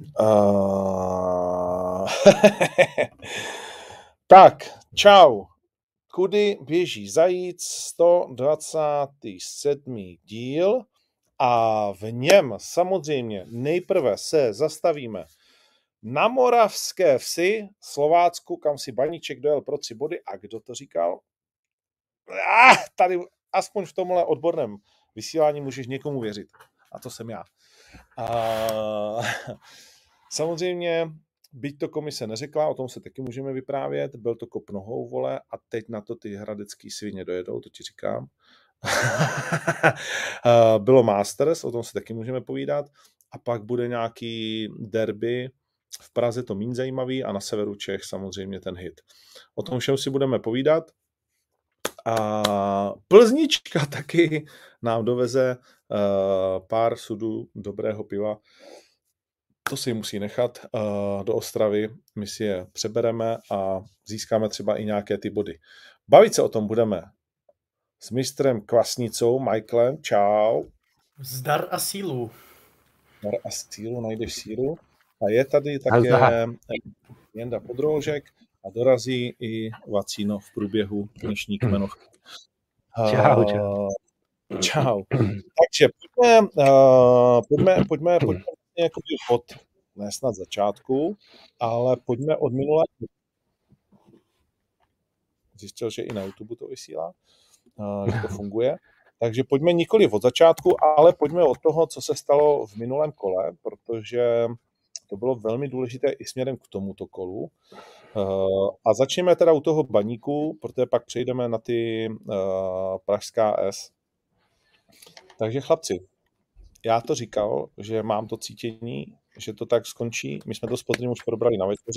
Tak, čau. Kudy běží zajíc, 127. díl a v něm samozřejmě nejprve se zastavíme na Moravské Vsi, Slovácku, kam si Baníček dojel pro 3 body. A kdo to říkal? Tady aspoň v tomhle odborném vysílání můžeš někomu věřit. A to jsem já. Samozřejmě, byť to komise neřekla, o tom se taky můžeme vyprávět, byl to kop nohou, vole, a teď na to ty hradecký svině dojedou, to ti říkám. Bylo Masters, o tom se taky můžeme povídat, a pak bude nějaký derby, v Praze to méně zajímavý a na severu Čech samozřejmě ten hit. O tom všem si budeme povídat. A Plznička taky nám doveze pár sudů dobrého piva. To si musí nechat do Ostravy, my si je přebereme a získáme třeba i nějaké ty body. Bavit se o tom budeme s mistrem Kvasnicou, Michaelem. Čau. Zdar a sílu. Zdar a sílu, najdeš sílu. A je tady také Jenda Podroužek a dorazí i Vacíno v průběhu dnešní kmenovky. Čau, čau. Čau. Takže pojďme jakoby od, ne snad začátku, ale pojďme od minulé. Zjistil, že i na YouTube to vysílá, že to funguje. Takže pojďme nikoli od začátku, ale pojďme od toho, co se stalo v minulém kole, protože to bylo velmi důležité i směrem k tomuto kolu. A začneme teda u toho Baníku, protože pak přejdeme na ty pražská S. Takže chlapci, já to říkal, že mám to cítění, že to tak skončí. My jsme to s Podrym už probrali na večeři.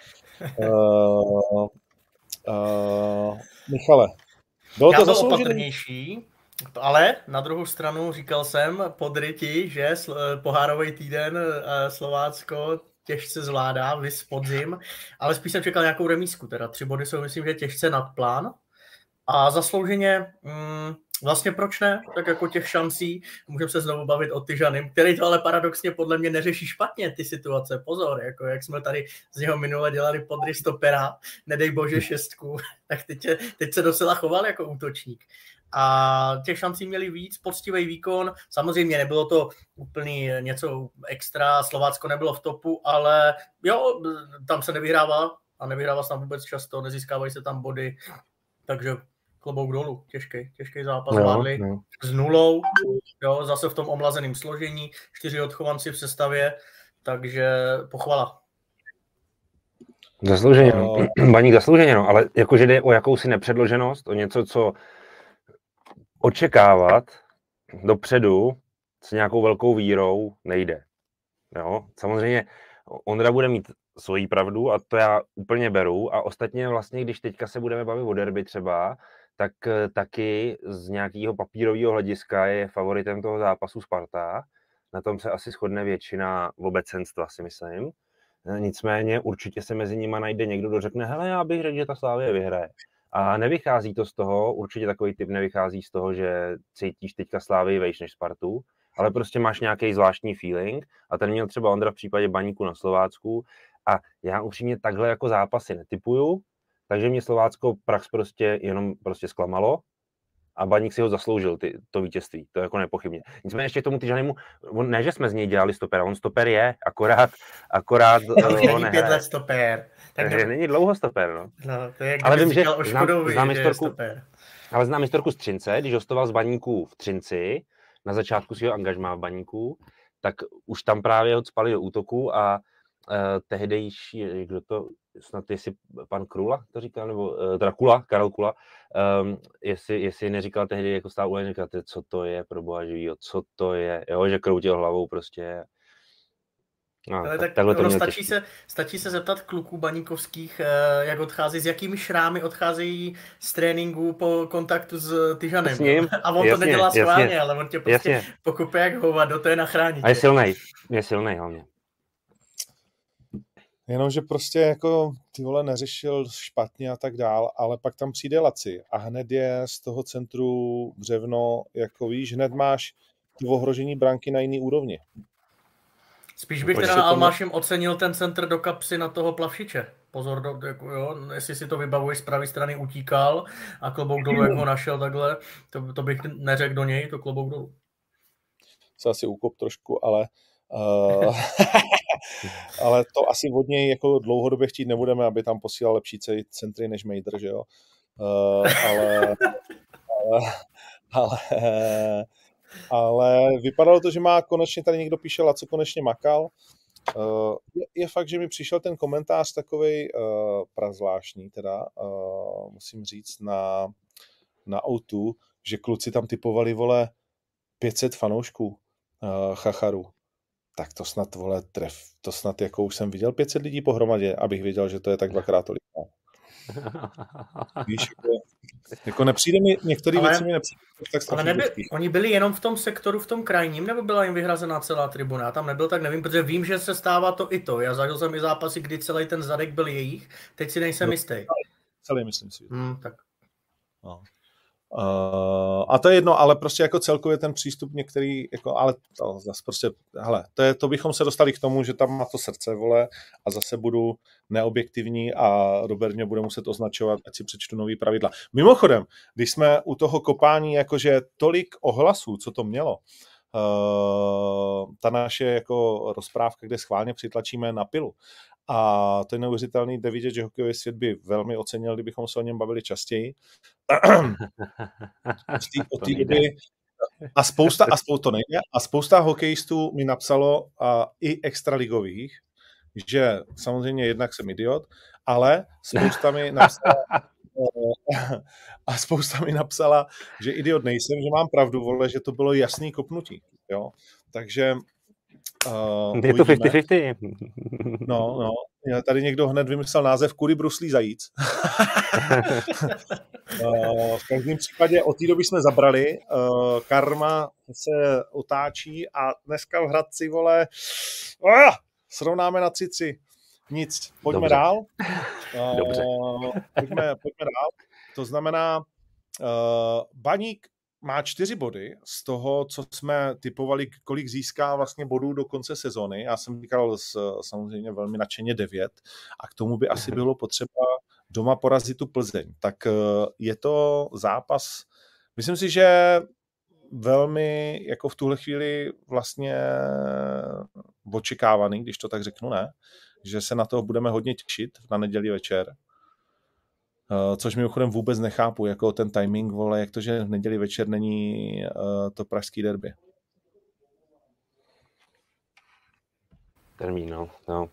Michale, bylo to zasloužené? Opatrnější, ale na druhou stranu říkal jsem Podryti, že pohárový týden Slovácko těžce zvládá, vys Podzim, ale spíš jsem čekal nějakou remízku, teda 3 body jsou, myslím, že těžce nad plán. A zaslouženě, vlastně proč ne, tak jako těch šancí, můžeme se znovu bavit o Tyžanym, který to ale paradoxně podle mě neřeší špatně ty situace, pozor, jako jak jsme tady z něho minule dělali Podry stopera, nedej bože 6, tak teď se docela choval jako útočník. A těch šancí měli víc, poctivý výkon, samozřejmě nebylo to úplný něco extra, Slovácko nebylo v topu, ale jo, tam se nevyhrává a nevyhrává se tam vůbec často, nezískávají se tam body, takže klobouk dolů, těžký zápas zvládli s 0, jo, zase v tom omlazeném složení, 4 odchovanci v sestavě, takže pochvala. Zaslouženě, no. Baník zaslouženě, no, ale jakože jde o jakousi nepředloženost, o něco, co očekávat dopředu s nějakou velkou vírou nejde. Jo? Samozřejmě Ondra bude mít svoji pravdu a to já úplně beru a ostatně vlastně, když teďka se budeme bavit o derby třeba, tak taky z nějakého papírového hlediska je favoritem toho zápasu Sparta. Na tom se asi shodne většina obecenstva, si myslím. Nicméně určitě se mezi nimi najde někdo, kdo řekne, hele, já bych řekl, že ta Slavia vyhraje. A nevychází to z toho, určitě takový typ nevychází z toho, že cítíš teďka Slavii vejš než Spartu, ale prostě máš nějaký zvláštní feeling a ten měl třeba Ondra v případě Baníku na Slovácku a já upřímně takhle jako zápasy netipuju, takže mě Slovácko Prax prostě jenom zklamalo a Baník si ho zasloužil, to vítězství, to jako nepochybně. Nicméně ještě k tomu Tyžanymu, ne, že jsme z něj dělali stopera, on stoper je, akorát ho nehraje. 5 let stoper. Takže není dlouho stoper, no. To je, ale vím, že znám historku z Třince, když hostoval z Baníku v Třinci, na začátku svého angažmá v Baníku, tak už tam právě ho cpali do útoku a tehdejší, kdo to, snad jestli pan Krula to říkal, nebo teda Kula, Karel Kula, jestli neříkal tehdy, jako stál úle, říkal, co to je pro boha živýho, co to je, jo, že kroutil hlavou prostě. No, tak stačí se zeptat kluků baníkovských, jak odchází, s jakými šrámy odcházejí z tréninku po kontaktu s Tyžanem. A on to nedělá schválně, ale on tě prostě pokupe jak hovado, to je nachránit. A je silnej hlavně. Jenomže prostě jako ty vole neřešil špatně a tak dál, ale pak tam přijde Laci a hned je z toho centru břevno, jako víš, hned máš to ohrožení branky na jiný úrovni. Spíš bych teda Almášem ocenil ten centr do kapsy na toho Plavšiče. Pozor, jo, jestli si to vybavuješ, z pravé strany utíkal a klobouk dolů, jak ho našel takhle, to bych neřekl do něj, to klobouk dolů. Se asi úkop trošku, ale ale to asi od něj jako dlouhodobě chtít nebudeme, aby tam posílal lepší centry než Mejdr, že jo? Ale vypadalo to, že má konečně, tady někdo píše, Laco konečně makal. Je fakt, že mi přišel ten komentář takovej prazvláštní, teda musím říct na O2, že kluci tam typovali, vole, 500 fanoušků Chacharu. Tak to snad, vole, to snad jako už jsem viděl 500 lidí pohromadě, abych věděl, že to je tak dvakrát tolik. Víš, jako nepřijde mi, některé věci mi nepřijde tak strašně. Ale oni byli jenom v tom sektoru, v tom krajním, nebo byla jim vyhrazená celá tribuna? Já tam nebyl, tak nevím, protože vím, že se stává to i to. Já zažil jsem i zápasy, kdy celý ten zadek byl jejich, teď si nejsem jistý. Celý myslím si. Tak. No. A to je jedno, ale prostě jako celkově ten přístup některý, jako, ale to zase prostě, hele, to bychom se dostali k tomu, že tam má to srdce, vole, a zase budu neobjektivní a Robert mě bude muset označovat, ať si přečtu nový pravidla. Mimochodem, když jsme u toho kopání, jakože tolik ohlasů, co to mělo, ta naše jako rozprávka, kde schválně přitlačíme na pilu, a to je neuvěřitelný, jde vidět, že hokejový svět by velmi ocenil, kdybychom se o něm bavili častěji. Od té doby a spousta hokejistů mi napsalo, i extraligových, že samozřejmě jednak jsem idiot, ale spousta mi napsala, že idiot nejsem, že mám pravdu, vole, že to bylo jasný kopnutí. Jo? Takže je to 50-50. No. Tady někdo hned vymyslel název Kudy bruslí zajíc. V každém případě od té doby jsme zabrali. Karma se otáčí a dneska v Hradci, vole, srovnáme na 3-3. Nic, pojďme dál. Dobře. Pojďme dál. To znamená, Baník má 4 body z toho, co jsme typovali, kolik získá vlastně bodů do konce sezony. Já jsem říkal samozřejmě velmi nadšeně 9 a k tomu by asi bylo potřeba doma porazit tu Plzeň. Tak je to zápas, myslím si, že velmi jako v tuhle chvíli vlastně očekávaný, když to tak řeknu, ne? Že se na to budeme hodně těšit na neděli večer. Což mimochodem vůbec nechápu, jako ten timing, vole, jak to, že v neděli večer není to pražský derby. Termín, no.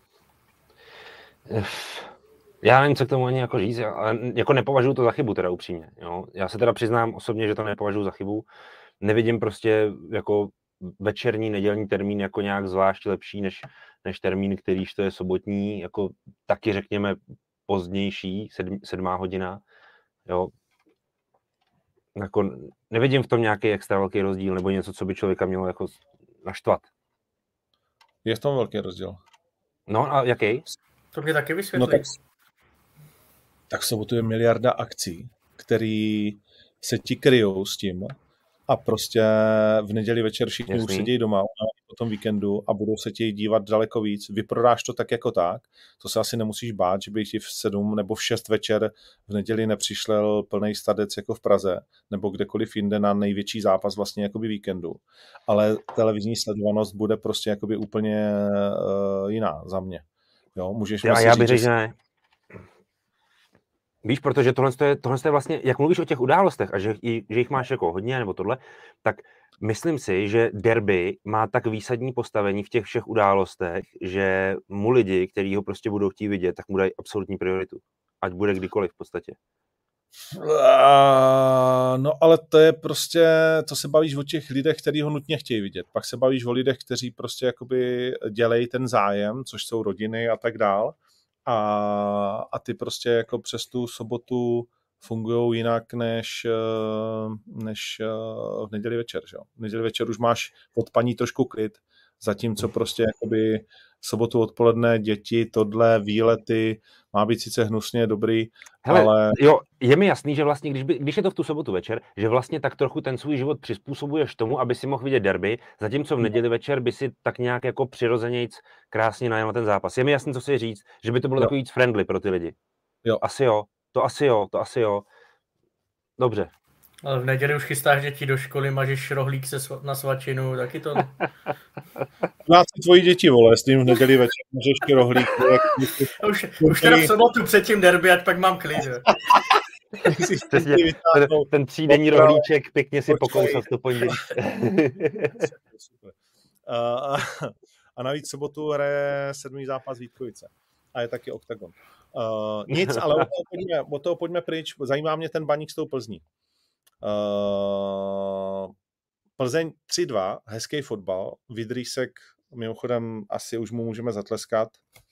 Já nevím, co k tomu ani jako říct, ale jako nepovažuji to za chybu teda upřímně. Jo. Já se teda přiznám osobně, že to nepovažuji za chybu. Nevidím prostě jako večerní, nedělní termín jako nějak zvlášť lepší než termín, kterýž to je sobotní, jako taky řekněme pozdější, 7. hodina. Jo. Jako nevidím v tom nějaký extra velký rozdíl nebo něco, co by člověka mělo jako naštvat. Je v tom velký rozdíl. No a jaký? To mě taky vysvětlí. No tak v sobotu je miliarda akcí, který se ti kryjou s tím a prostě v neděli večer všichni už sedí doma po tom víkendu a budou se ti dívat daleko víc. Vyprodáš to tak jako tak, to se asi nemusíš bát, že by ti v 7 nebo v 6 večer v neděli nepřišlel plný stadec jako v Praze nebo kdekoliv jinde na největší zápas vlastně jakoby víkendu. Ale televizní sledovanost bude prostě jakoby úplně jiná za mě. Jo, můžeš já bych řekl, že ne. Víš, protože tohle je vlastně, jak mluvíš o těch událostech a že jich máš jako hodně nebo tohle, tak myslím si, že derby má tak výsadní postavení v těch všech událostech, že mu lidi, kteří ho prostě budou chtít vidět, tak mu dají absolutní prioritu. Ať bude kdykoliv v podstatě. No ale to je prostě, to se bavíš o těch lidech, kteří ho nutně chtějí vidět. Pak se bavíš o lidech, kteří prostě jakoby dělají ten zájem, což jsou rodiny a tak dál. A ty prostě jako přes tu sobotu fungujou jinak než v neděli večer. Že? V neděli večer už máš od paní trošku klid, zatímco prostě jakoby sobotu odpoledne, děti, tohle, výlety, má být sice hnusně dobrý, hele, ale... Jo, je mi jasný, že vlastně, když je to v tu sobotu večer, že vlastně tak trochu ten svůj život přizpůsobuješ tomu, aby si mohl vidět derby, zatímco v neděli večer by si tak nějak jako přirozenějc krásně najel na ten zápas. Je mi jasný, co si říct, že by to bylo takový víc friendly pro ty lidi. Jo. To asi jo. Dobře. Ale v neděli už chystáš děti do školy, mažeš rohlík na svačinu, taky to... Tvoji děti, vole, s tím v neděli večer mažeš rohlík. Už teda v sobotu před tím derby, ať pak mám klid. Ten 3denní rohlíček pěkně si pokousat to pondělí. A navíc sobotu hraje 7. zápas Vítkovice. A je taky oktagon. Nic, ale od toho pojďme pryč. Zajímá mě ten baník s tou Plzní. Plzeň 3-2, hezký fotbal. Vydrýsek, mimochodem asi už mu můžeme zatleskat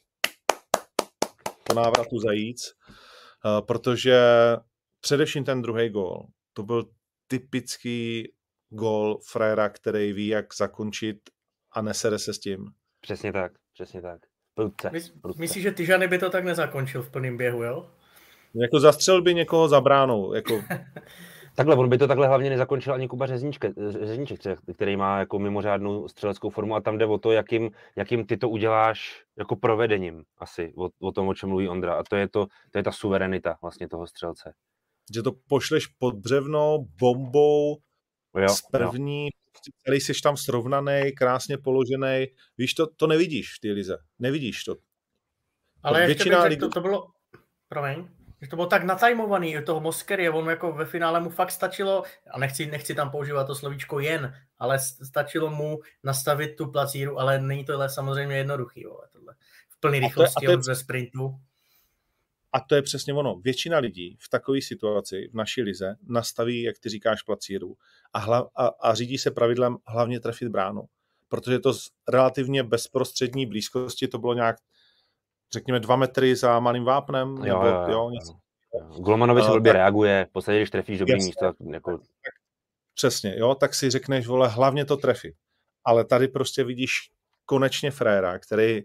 po návratu zajíc, protože především ten druhý gól, to byl typický gól frajera, který ví, jak zakončit a nesere se s tím. Přesně tak. Myslíš, že Tyžany by to tak nezakončil v plném běhu, jo? Jako zastřelil by někoho za bránou. Jako... Takhle, on by to takhle hlavně nezakončil ani Kuba Řezníček, který má jako mimořádnou střeleckou formu a tam jde o to, jakým ty to uděláš jako provedením asi, o tom, o čem mluví Ondra. A to je ta suverenita vlastně toho střelce. Že to pošleš pod břevno, bombou, z první, celý jsi tam srovnaný, krásně položený. Víš, to nevidíš v té lize. Nevidíš to. Ale ještě bych řekl, to bylo... Promiň. Že to bylo tak natajmovaný toho Moskery, on jako ve finále mu fakt stačilo, a nechci tam používat to slovíčko jen, ale stačilo mu nastavit tu placíru, ale není tohle samozřejmě jednoduchý, tohle. V plný rychlosti ze sprintu. A to je přesně ono. Většina lidí v takové situaci v naší lize nastaví, jak ty říkáš, placíru a řídí se pravidlem hlavně trefit bránu. Protože to z relativně bezprostřední blízkosti to bylo nějak řekněme 2 metry za malým vápnem. Golmanovi se blbě reaguje, v podstatě, když trefíš dobrý místo. Jako... Přesně, jo, tak si řekneš, vole, hlavně to trefit. Ale tady prostě vidíš konečně fréra, který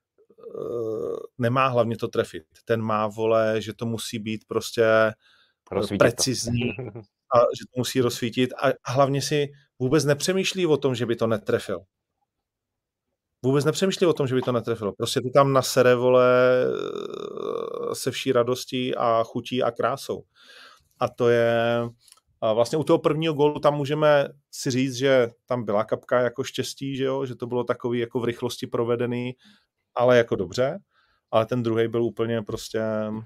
nemá hlavně to trefit. Ten má, vole, že to musí být prostě precizní a že to musí rozsvítit a hlavně si vůbec nepřemýšlí o tom, že by to netrefil. Prostě to tam nasere, vole, se vší radostí a chutí a krásou. A to je... A vlastně u toho prvního gólu tam můžeme si říct, že tam byla kapka jako štěstí, že to bylo takový jako v rychlosti provedený, ale jako dobře. Ale ten druhý byl úplně prostě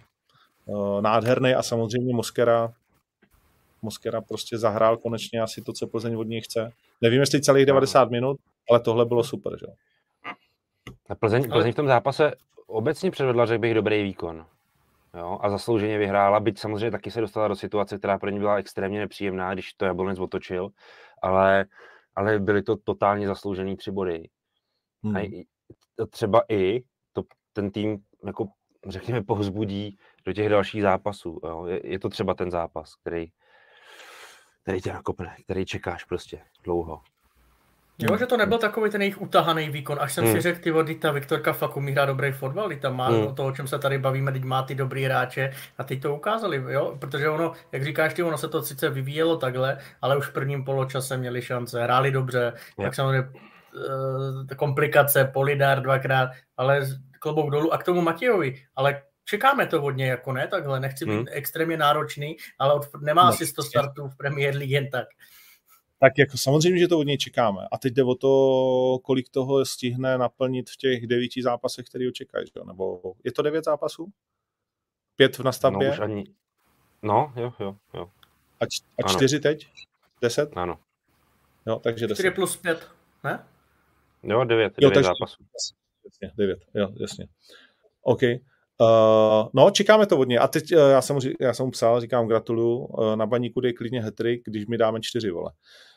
nádherný a samozřejmě Mosquera prostě zahrál konečně asi to, co Plzeň od něj chce. Nevím, jestli celých 90 minut, ale tohle bylo super, že? Plzeň v tom zápase obecně předvedla, řekl bych, dobrý výkon. Jo, a zaslouženě vyhrála, byť samozřejmě taky se dostala do situace, která pro ně byla extrémně nepříjemná, když to Jablonec otočil, ale byly to totálně zasloužený 3 body. A třeba ten tým, jako řekněme, povzbudí do těch dalších zápasů. Jo. Je to třeba ten zápas, který tě nakopne, který čekáš prostě dlouho. Jo, že to nebyl takový ten jejich utahaný výkon, až jsem si řekl, ta Viktorka fakt umí hrát dobrý fotbal, tam má to, o čem se tady bavíme, teď má ty dobrý hráče a teď to ukázali, jo, protože ono, jak říkáš ono se to sice vyvíjelo takhle, ale už v prvním poločase měli šance, hráli dobře, tak samozřejmě komplikace, Polidar 2krát, ale klobouk dolů a k tomu Matějovi, ale čekáme to od něj, jako ne, takhle, nechci být extrémně náročný, ale nemá asi 100 startů v Premier League jen tak. Tak jako samozřejmě, že to od něj čekáme. A teď jde o to, kolik toho stihne naplnit v těch 9 zápasech, který očekáš. Nebo je to 9 zápasů? 5 v nastavbě? No, už ani... No, jo. A 4 teď? 10? Ano. Jo, takže 10. 4 plus 5, ne? Jo, 9 zápasů. Jasně, 9, jo, jasně. OK. No, čekáme to od něj. A teď já jsem mu psal, říkám gratuluju, na Baníku dej klidně hat-trick, když mi dáme 4, vole.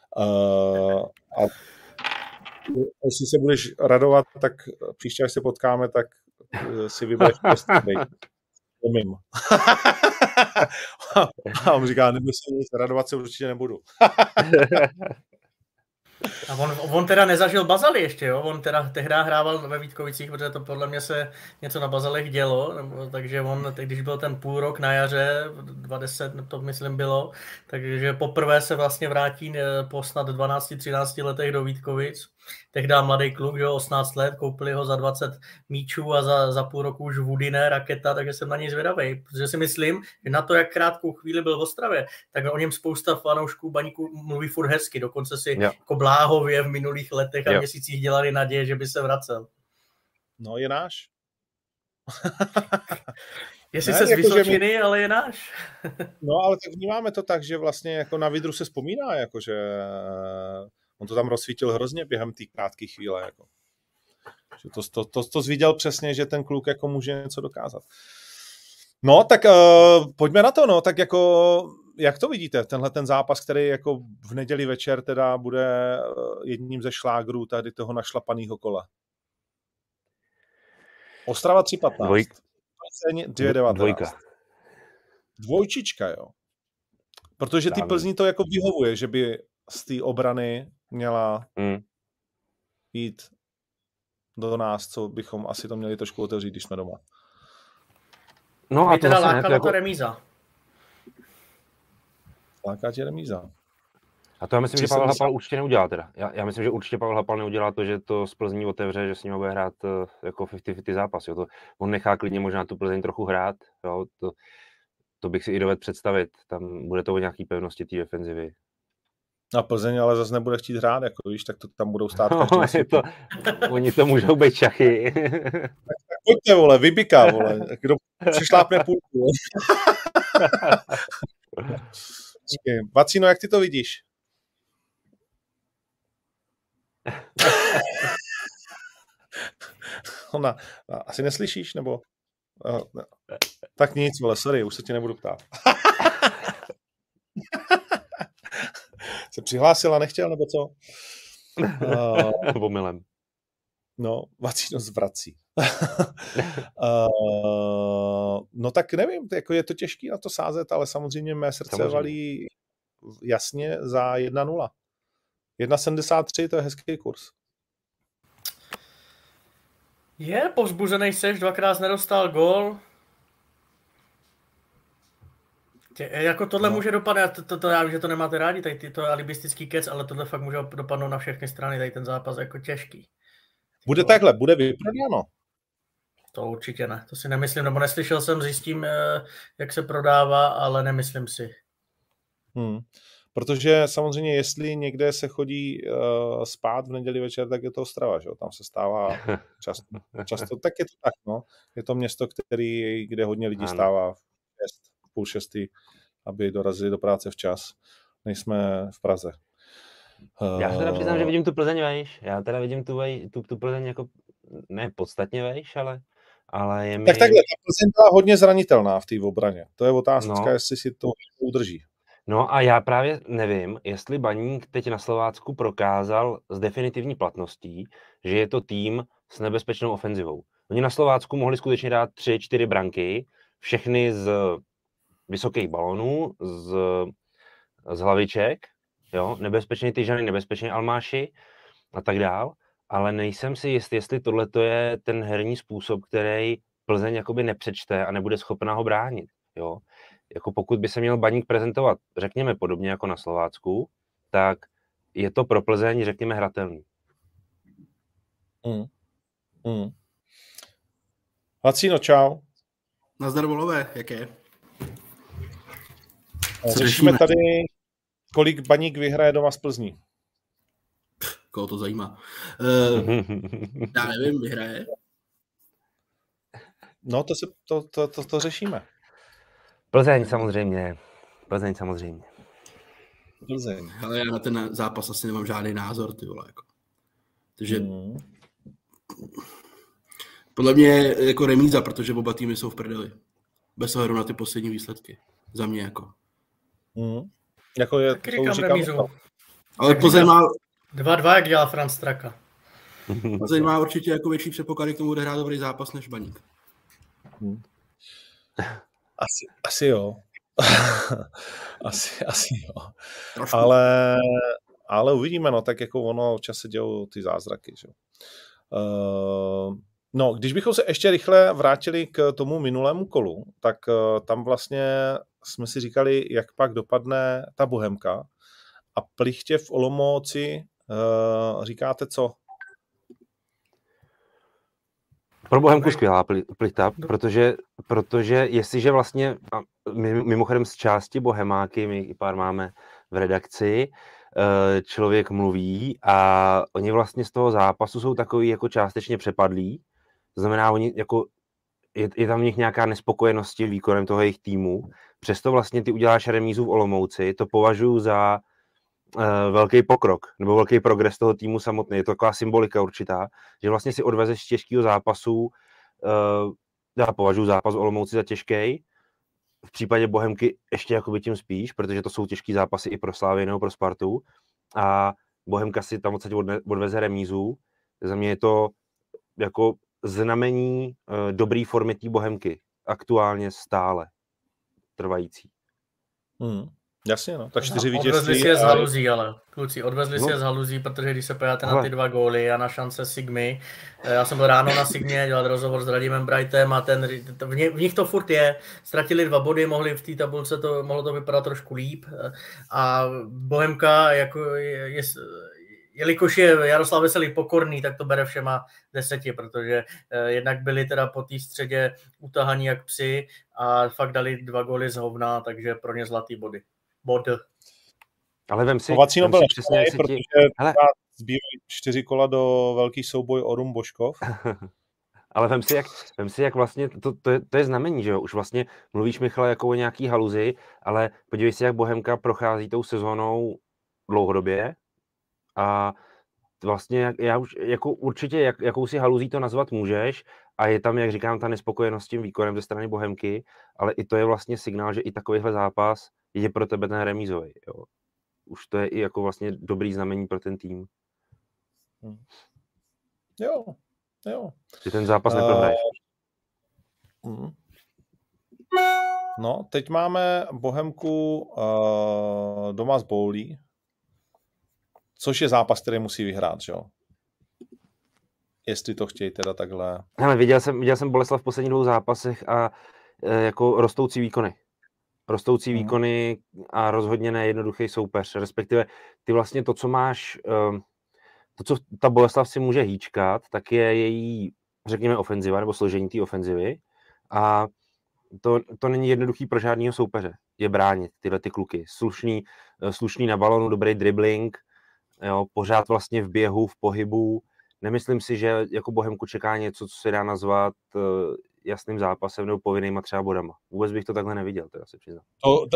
A jestli se budeš radovat, tak příště, až se potkáme, tak si vybereš prostě umím. A on říká, nemusím nic radovat, se určitě nebudu. A on teda nezažil Bazaly ještě, jo? On teda tehdy hrával ve Vítkovicích, protože to podle mě se něco na Bazalech dělo, takže on, když byl ten půl rok na jaře, 20, to myslím bylo, takže poprvé se vlastně vrátí po snad 12-13 letech do Vítkovic. Tehdy mladý kluk, jo, 18 let, koupili ho za 20 míčů a za půl roku už Woodine, raketa, takže jsem na něj zvědavej, protože si myslím, že na to, jak krátkou chvíli byl v Ostravě, tak o něm spousta fanoušků Baníku mluví furt hezky, dokonce si jako bláhově v minulých letech a měsících dělali naděje, že by se vracel. No, je náš. Jestli se z Vysočiny, ale je náš. No, ale tak vnímáme to tak, že vlastně jako na Vidru se vzpomíná, jakože on to tam rozsvítil hrozně během té krátké chvíle. Jako. Že to zviděl přesně, že ten kluk jako může něco dokázat. No, tak pojďme na to, no, tak jako, jak to vidíte, tenhle ten zápas, který jako v neděli večer teda bude jedním ze šlágrů tady toho našlapanýho kola. Ostrava 3:15. 2:19. Dvojčička, jo. Protože ty Plzni to jako vyhovuje, že by z té obrany měla jít do nás, co bychom asi to měli trošku otevřít, když jsme doma. No a to teda lákala jako... remíza. Láká tě remíza. A to já myslím, že Pavel Hapal určitě neudělá teda. Já myslím, že určitě Pavel Hapal neudělá to, že to z Plzní otevře, že s ním bude hrát jako 50-50 zápas. Jo. On nechá klidně možná tu Plzeň trochu hrát. Jo. To bych si i dovedl představit. Tam bude to o nějaký pevnosti té defenzivy. A Plzeň ale zase nebude chtít hrát, jako víš, tak to tam budou stát každý. Oni to můžou být čachy. tak pojďte, vole, vybiká, vole. Kdo přešlápne půlku. Vacino, jak ty to vidíš? Ona, asi neslyšíš, nebo? No. Tak nic, vole, sorry, už se tě nebudu ptát. Se přihlásila, nechtěl, nebo co? Omylem. No, Vacino zvrací. No tak nevím, jako je to těžký na to sázet, ale samozřejmě mé srdce valí jasně za 1-0. 1,73, to je hezký kurz. Je, povzbuzený seš, dvakrát nedostal gól. Jako tohle může dopadnout, já vím, že to nemáte rádi, tady to je alibistický kec, ale tohle fakt může dopadnout na všechny strany, tady ten zápas jako těžký. Bude takhle, bude vyprodáno? To určitě ne, to si nemyslím, nebo neslyšel jsem, zjistím, jak se prodává, ale nemyslím si. Protože samozřejmě, jestli někde se chodí spát v neděli večer, tak je to Ostrava, že? Tam se stává často, tak je to tak, no. Je to město, kde hodně lidí stává v 5:30, aby dorazili do práce včas. Nejsme v Praze. Já se teda přiznám, že vidím tu Plzeň vejš. Já teda vidím tu Plzeň jako ne podstatně vejš, ale je mi... Tak takhle, ta Plzeň byla hodně zranitelná v té obraně. To je otázka, jestli si to udrží. No a já právě nevím, jestli Baník teď na Slovácku prokázal s definitivní platností, že je to tým s nebezpečnou ofenzivou. Oni na Slovácku mohli skutečně dát 3-4 branky, všechny z vysokých balonů, z hlaviček, jo, nebezpečný Tyžany, nebezpečný Almáši a tak dál, ale nejsem si jistý, jestli tohle je ten herní způsob, který Plzeň jakoby nepřečte a nebude schopná ho bránit, jo. Jako pokud by se měl Baník prezentovat, řekněme, podobně jako na Slovácku, tak je to pro Plzeň, řekněme, hratelný. Vacino, čau. Nazdar, volové, jak je? Řešíme tady, kolik Baník vyhraje doma z Plzní. Koho to zajímá? Já nevím, vyhraje. No, to řešíme. Plzeň samozřejmě. Plzeň. Ale já na ten zápas asi nemám žádný názor, ty vole, jako. Takže podle mě jako remíza, protože oba týmy jsou v prdeli. Bez ohledu na ty poslední výsledky. Za mě jako. Jako je, tak říkám remízu. Ale Plzeň má... 2-2, jak dělal Franz Straka. Plzeň má určitě jako větší předpoklady k tomu, bude hrát dobrý zápas než Baník. Asi jo. asi jo. Trošku. Ale ale uvidíme, no, tak jako ono občas se dělou ty zázraky, že? No, když bychom se ještě rychle vrátili k tomu minulému kolu, tak tam vlastně jsme si říkali, jak pak dopadne ta Bohemka a Plichtě v Olomouci říkáte co? Pro Bohemku skvělá Plichta, protože jestliže vlastně, mimochodem z části Bohemáky, my i pár máme v redakci, člověk mluví a oni vlastně z toho zápasu jsou takový jako částečně přepadlí, to znamená, oni jako je tam v nich nějaká nespokojenost s výkonem toho jejich týmu, přesto vlastně ty uděláš remízu v Olomouci, to považuji za velký pokrok, nebo velký progres toho týmu samotný. Je to taková symbolika určitá, že vlastně si odvezeš z těžkého zápasu, já považuji zápas Olomouci za těžký, v případě Bohemky ještě jakoby tím spíš, protože to jsou těžký zápasy i pro Slávy nebo pro Spartu a Bohemka si tam odveze remízu. Za mě je to jako znamení dobré formy té Bohemky, aktuálně stále trvající. Jasně, no. Tak 4 vítězství. Odvezli si je z haluzí, ale kluci, odvezli si je z haluzí, protože když se pojáte na ty 2 góly a na šance Sigmy, já jsem byl ráno na Sigmě dělat rozhovor s Radimem Brightem a v nich to furt je, ztratili 2 body, mohli v té tabulce mohlo to vypadat trošku líp a Bohemka jako jelikož je Jaroslav Veselý pokorný, tak to bere všema 10, protože jednak byli teda po té středě utahaní jak psi a fakt dali 2 góly z hovna, takže pro ně zlatý body. Ale vem si přesně, protože zbývají 4 kola do velký souboj Orum Božkov. Ale vem si, jak vlastně, to je znamení, že jo, už vlastně mluvíš, Michale, jako o nějaký haluzi, ale podívej si, jak Bohemka prochází tou sezónou dlouhodobě a vlastně já už jako určitě jakousi haluzí to nazvat můžeš a je tam, jak říkám, ta nespokojenost s tím výkonem ze strany Bohemky, ale i to je vlastně signál, že i takovýhle zápas je pro tebe ten remízový, jo. Už to je i jako vlastně dobrý znamení pro ten tým. Jo. Že ten zápas neprohraješ. No, teď máme Bohemku doma s Boulí, což je zápas, který musí vyhrát, že jo? Jestli to chtějí teda takhle. Hele, viděl jsem Boleslav v posledních 2 zápasech a jako rostoucí výkony a rozhodně nejednoduchý soupeř, respektive ty vlastně to, co máš, to, co ta Boleslav si může hýčkat, tak je její, řekněme, ofenziva nebo složení té ofenzivy a to není jednoduchý pro žádného soupeře, je bránit tyhle ty kluky. Slušný na balonu, dobrý dribbling, jo, pořád vlastně v běhu, v pohybu. Nemyslím si, že jako Bohemku čeká něco, co se dá nazvat jasným zápasem nebo povinnýma třeba bodama. Vůbec bych to takhle neviděl, teda se přiznám.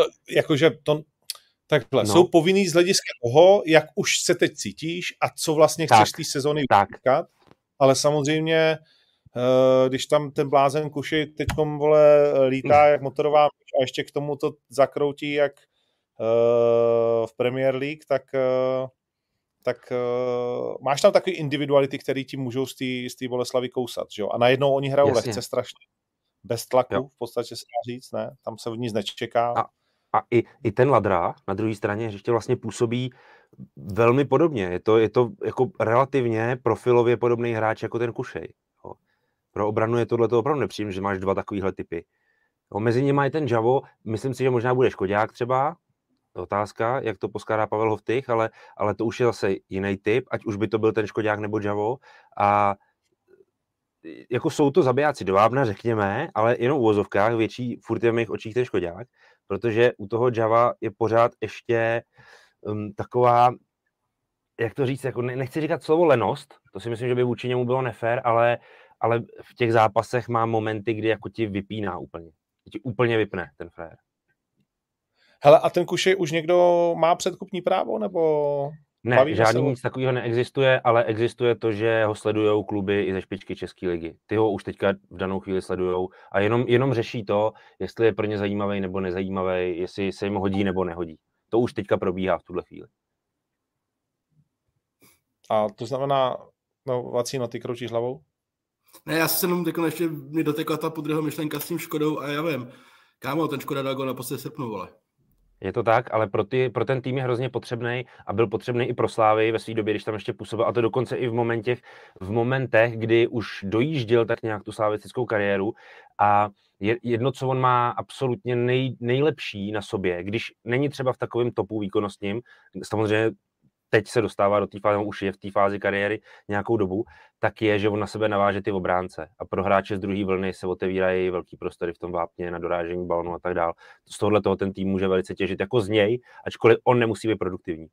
Takhle, jsou povinný z hlediska toho, jak už se teď cítíš a co vlastně chceš z té sezony vykat, ale samozřejmě, když tam ten blázen Kuši teďkom, lítá jak motorová a ještě k tomu to zakroutí jak v Premier League, tak máš tam takový individuality, který ti můžou z té Boleslavy kousat, že jo? A najednou oni hrajou lehce strašně. Bez tlaku, jo. V podstatě se dá říct, ne? Tam se nic nečeká. A i ten Ladra na druhé straně ještě vlastně působí velmi podobně. Je to jako relativně profilově podobný hráč jako ten Kušej. Jo. Pro obranu je tohleto opravdu nepříjemné, že máš 2 takovýhle typy. Jo, mezi nimi je ten Javo, myslím si, že možná bude Škodák třeba, otázka, jak to poskládá Pavel Hoftych, ale to už je zase jiný typ, ať už by to byl ten Škodák nebo Javo. A jako jsou to zabijáci do vápna, řekněme, ale jenom v uvozovkách, větší furt je v mých očích ten Škodák, protože u toho Java je pořád ještě taková, jak to říct, jako nechci říkat slovo lenost, to si myslím, že by vůči němu bylo nefér, ale v těch zápasech má momenty, kdy jako ti vypíná úplně. Ti úplně vypne ten frér. Hele, a ten Kušej už někdo má předkupní právo, nebo... Ne, žádný nic takového neexistuje, ale existuje to, že ho sledujou kluby i ze špičky České ligy. Ty ho už teďka v danou chvíli sledujou a jenom řeší to, jestli je pro ně zajímavý nebo nezajímavý, jestli se jim hodí nebo nehodí. To už teďka probíhá v tuhle chvíli. A to znamená, Vacíno, ty kroučíš hlavou? Ne, já se jenom ještě mi dotekla ta podruhá myšlenka s tím Škodou a já vím, kámo, ten Škoda dal gól na poslední srpnu, vole. Je to tak, ale pro ten tým je hrozně potřebný a byl potřebný i pro Slávy ve své době, když tam ještě působil, a to dokonce i v momentech, kdy už dojížděl tak nějak tu slavistickou kariéru. A jedno, co on má absolutně nejlepší na sobě, když není třeba v takovém topu výkonnostním, samozřejmě teď se dostává do té fáze, už je v té fázi kariéry nějakou dobu, tak je, že on na sebe naváže ty obránce. A pro hráče z druhé vlny se otevírají velký prostory v tom vápně na dorážení balonu a tak dál. Z tohohle toho ten tým může velice těžit jako z něj, ačkoliv on nemusí být produktivní.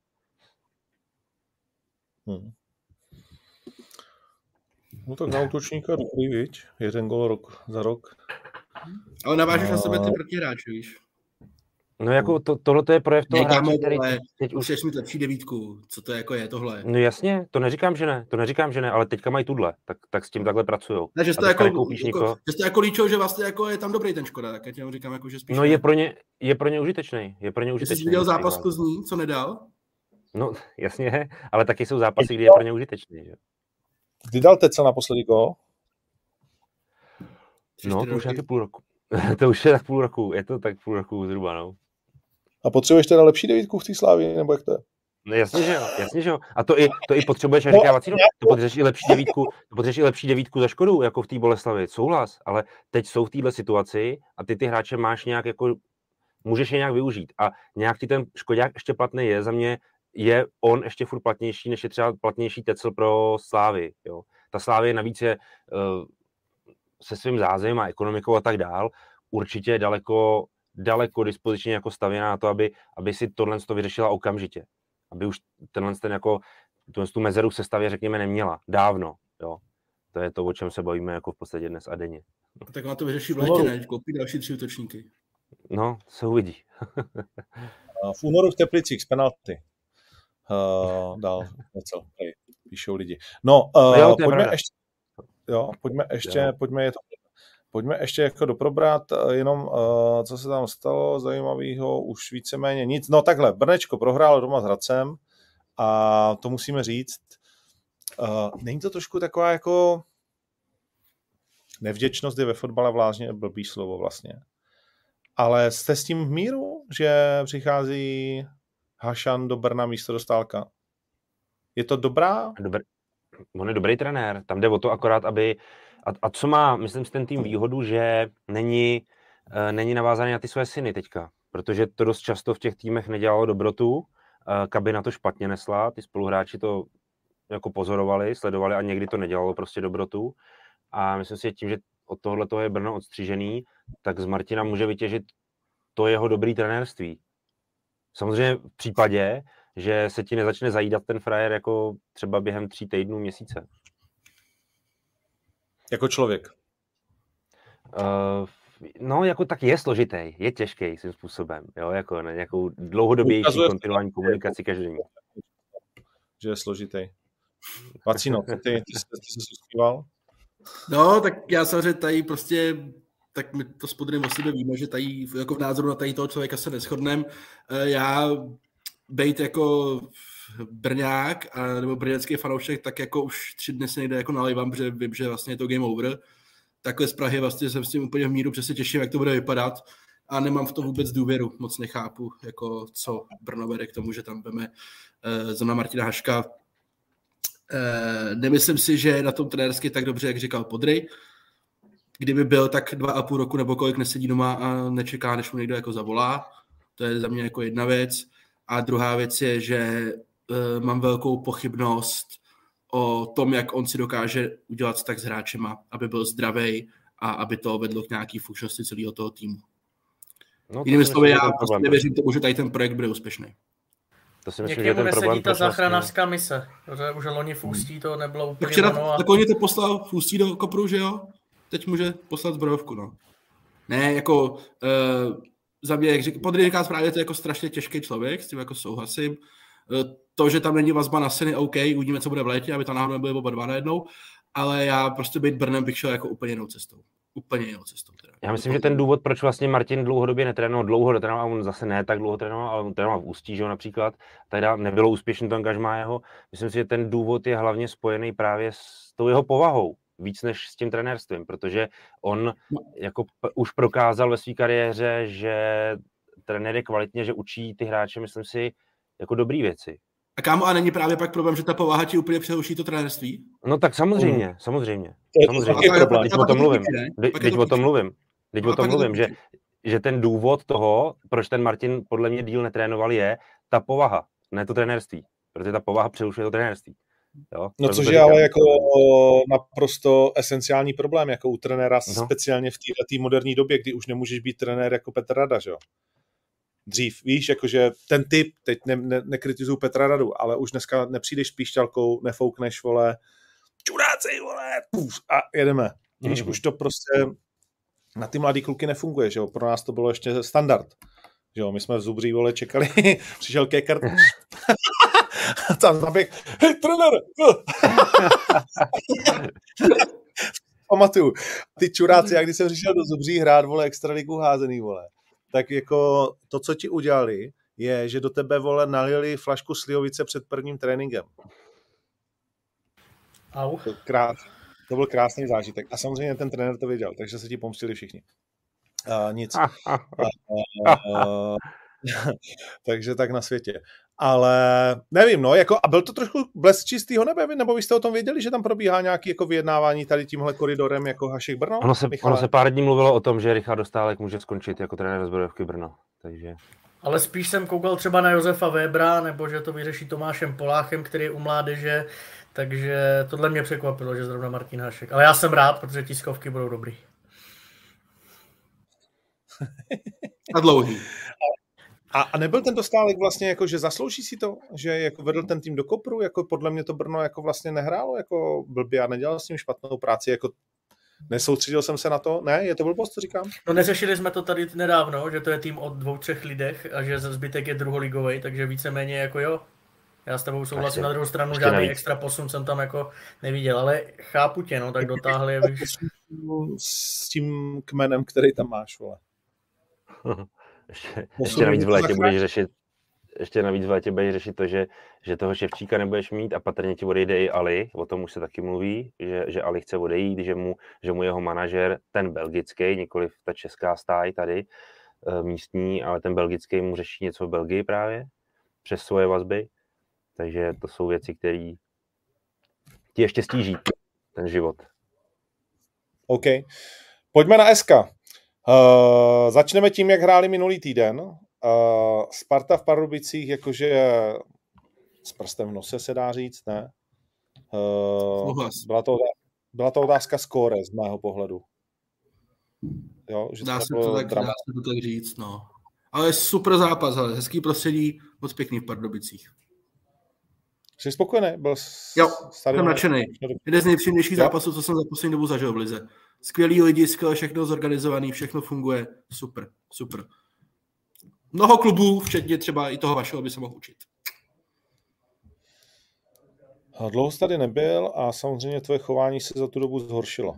No tak na útočníka dobrý, viď? 1 gól za rok. Ale navážeš na sebe ty protihráče, víš? No jako tohle je projev toho hráče, který teď už mít lepší 9, co to jako je tohle? No jasně, to neříkám, že ne, ale teďka mají tuhle, tak s tím takhle pracujou. Ne, že jste jako líčil, že vlastně jako je tam dobrý ten Škoda, tak já ti říkám jako, že spíš... No je pro ně užitečný, Jsi viděl zápas Plzní, co nedal? No jasně, ale taky jsou zápasy, kdy je pro ně užitečný, že? Kdy dal Tecel naposledy gól? No, to už je půl roku. To už je tak půl roku, je to tak půl roku zhruba, no. A potřebuješ teda lepší 9 v té Slávii, nebo jak to je? No jasně, že jo. A to i potřebuješ, jak říká Vacíno, to potřebuješ i lepší 9 za Škodu, jako v té Boleslavi, souhlas, ale teď jsou v téhle situaci a ty hráče máš nějak jako, můžeš je nějak využít a nějak ty ten Škodák ještě platný je, za mě je on ještě furt platnější, než je třeba platnější Tecel pro Slávy, jo. Ta Slávie navíc je se svým zázemím a ekonomikou a tak dál, určitě daleko dispozičně jako stavěná na to, aby si tohle vyřešila okamžitě. Aby už tu mezeru v sestavě, řekněme, neměla. Dávno. Jo. To je to, o čem se bavíme jako v podstatě dnes a denně. Tak ona to vyřeší v létě, ne? Koupí další 3 útočníky. No, se uvidí. V únoru v Teplicích z penalty. Dál něco, píšou lidi. No, jo, pojďme ještě jako doprobrat, jenom co se tam stalo zajímavého, už víceméně nic. No takhle, Brnečko prohrálo doma s Hradcem a to musíme říct. Není to trošku taková jako nevděčnost, je ve fotbale vlážně blbý slovo vlastně. Ale jste s tím v míru, že přichází Hašan do Brna místo Dostálka? Je to dobrá? On je dobrý trenér. Tam jde o to akorát, aby... A co má, myslím, ten tým výhodu, že není navázaný na ty své syny teďka. Protože to dost často v těch týmech nedělalo dobrotu. Kabina to špatně nesla, ty spoluhráči to jako pozorovali, sledovali a někdy to nedělalo prostě dobrotu. A myslím si, že tím, že od tohoto je Brno odstřížený, tak z Martina může vytěžit to jeho dobrý trenérství. Samozřejmě v případě, že se ti nezačne zajídat ten frajer jako třeba během 3 týdnů, měsíce. Jako člověk? No, jako tak je složitý, je těžký svým způsobem, jo, jako na nějakou dlouhodobější kontinuální komunikaci každodenní. Že je složitý. Vacíno, ty se uspíval? No, tak já samozřejmě tady prostě, tak my to s Podrym o sebe víme, že tady jako v názoru na tady toho člověka se neshodneme. Já bejt jako Brňák nebo brněnský fanoušek, tak jako už 3 dny se nejde jako nalejvám, protože vím, že vlastně je to game over. Takhle z Prahy vlastně jsem s tím úplně v míru, protože se těším, jak to bude vypadat a nemám v to vůbec důvěru, moc nechápu, jako co Brno vede k tomu, že tam veme zrovna Martina Haška. Nemyslím si, že je na tom trenérsky tak dobře, jak říkal Podry. Kdyby byl, tak 2,5 roku nebo kolik nesedí doma a nečeká, než mu někdo jako zavolá. To je za mě jako jedna věc. A druhá věc je, že mám velkou pochybnost o tom, jak on si dokáže udělat tak s hráčema, aby byl zdravý a aby to vedlo k nějaký funkčnosti celého toho týmu. No, jinými slovy, já prostě nevěřím tomu, že tady ten projekt bude úspěšný. To si myslím, že ten problém ta záchranářská mise, protože už loni v Ústí to nebylo úplně Tak oni to poslal v Ústí do Kopru, že jo? Teď může poslat zbrojovku, no. Ne, jako za mě, jak Podry říká správně, to je jako strašně těžký člověk, s tím jako souhlasím. To, že tam není vazba na syny, OK, uvidíme, co bude v létě, aby to náhodou nebyly oba dva najednou, ale já prostě být Brnem bych šel jako úplně jinou cestou. Úplně jinou cestou. Teda. Já myslím, že ten důvod, proč vlastně Martin dlouhodobě netrénoval, a on zase ne tak dlouho trénoval, ale on trénoval v Ústí, že jo, například, teda nebylo úspěšný to angažmá jeho. Myslím si, že ten důvod je hlavně spojený právě s tou jeho povahou, víc než s tím trenérstvím, protože on jako už prokázal ve své kariéře, že trenér je kvalitně, že učí ty hráče, myslím si, jako dobrý věci. A kámo, a není právě pak problém, že ta povaha ti úplně přehuší to trenérství? No tak samozřejmě. Teď o tom mluvím, že ten důvod toho, proč ten Martin podle mě díl netrénoval, je ta povaha, ne to trenérství. Protože ta povaha přerušuje to trenérství. Jo? No což je ale jako naprosto esenciální problém, jako u trenéra, speciálně v této moderní době, kdy už nemůžeš být trenér jako Petr Rada, že jo? Dřív, víš, jakože ten typ, teď nekritizuju Petra Radu, ale už dneska nepřijdeš s píšťalkou, nefoukneš, vole, čuráci, vole, puf, a jedeme. Víš, už to prostě na ty mladý kluky nefunguje, že jo? Pro nás to bylo ještě standard. Že jo? My jsme v Zubří, vole, čekali, přišel Kekart, tam naběh, hej, trenér! Pamatuju, ty čuráci, jak když jsem přišel do Zubří hrát, vole, extraligu házený, vole, tak jako to, co ti udělali, je, že do tebe, vole, nalili flašku slivovice před prvním tréninkem. Au. To byl krásný zážitek. A samozřejmě ten trenér to věděl, takže se ti pomstili všichni. Nic. Takže tak na světě. Ale nevím, no, jako, a byl to trošku blesk čistýho nebe, nebo vy jste o tom věděli, že tam probíhá nějaké jako vyjednávání tady tímhle koridorem jako Hašek Brno? Ono se pár dní mluvilo o tom, že Richard Dostálek může skončit jako trenér Zbrojovky Brno, takže... Ale spíš jsem koukal třeba na Josefa Webera, nebo že to vyřeší Tomášem Poláchem, který je u mládeže, takže tohle mě překvapilo, že zrovna Martin Hašek. Ale já jsem rád, protože tiskovky budou dobrý. A dlouhý. A nebyl ten Dostálek vlastně jako, že zaslouží si to, že jako vedl ten tým do kopru, jako podle mě to Brno jako vlastně nehrálo jako blbě a nedělal s tím špatnou práci, jako nesoustředil jsem se na to, ne, je to blbost, co říkám? No neřešili jsme to tady nedávno, že to je tým o 2-3 lidech a že zbytek je druholigovej, takže víceméně jako jo, já s tebou souhlasím, na druhou stranu žádný extra posun jsem tam jako neviděl, ale chápu tě, no, tak dotáhli. S tím kmenem, který tam máš, vole. Ještě navíc v létě budeš řešit to, že toho Ševčíka nebudeš mít a patrně ti odejde i Ali, o tom už se taky mluví, že Ali chce odejít, že mu jeho manažer, ten belgický, nikoliv ta česká stáj tady, místní, ale ten belgický mu řeší něco v Belgii právě, přes svoje vazby, takže to jsou věci, které ti ještě stíží ten život. OK. Pojďme na SK. Začneme tím, jak hráli minulý týden. Sparta v Pardubicích, jakože s prstem v nose se dá říct, ne? Byla to otázka skóre z mého pohledu. Jo, že dá se to tak říct, no. Ale super zápas, ale hezký prostředí, moc pěkný v Pardubicích. Jsi spokojený? Jsem nadšený. Jeden z nejpříjemnějších zápasů, co jsem za poslední dobu zažil v lize. Skvělý lidisko, všechno zorganizovaný, všechno funguje. Super. Mnoho klubů, včetně třeba i toho vašeho, by se mohl učit. Dlouho jsi tady nebyl a samozřejmě tvoje chování se za tu dobu zhoršilo.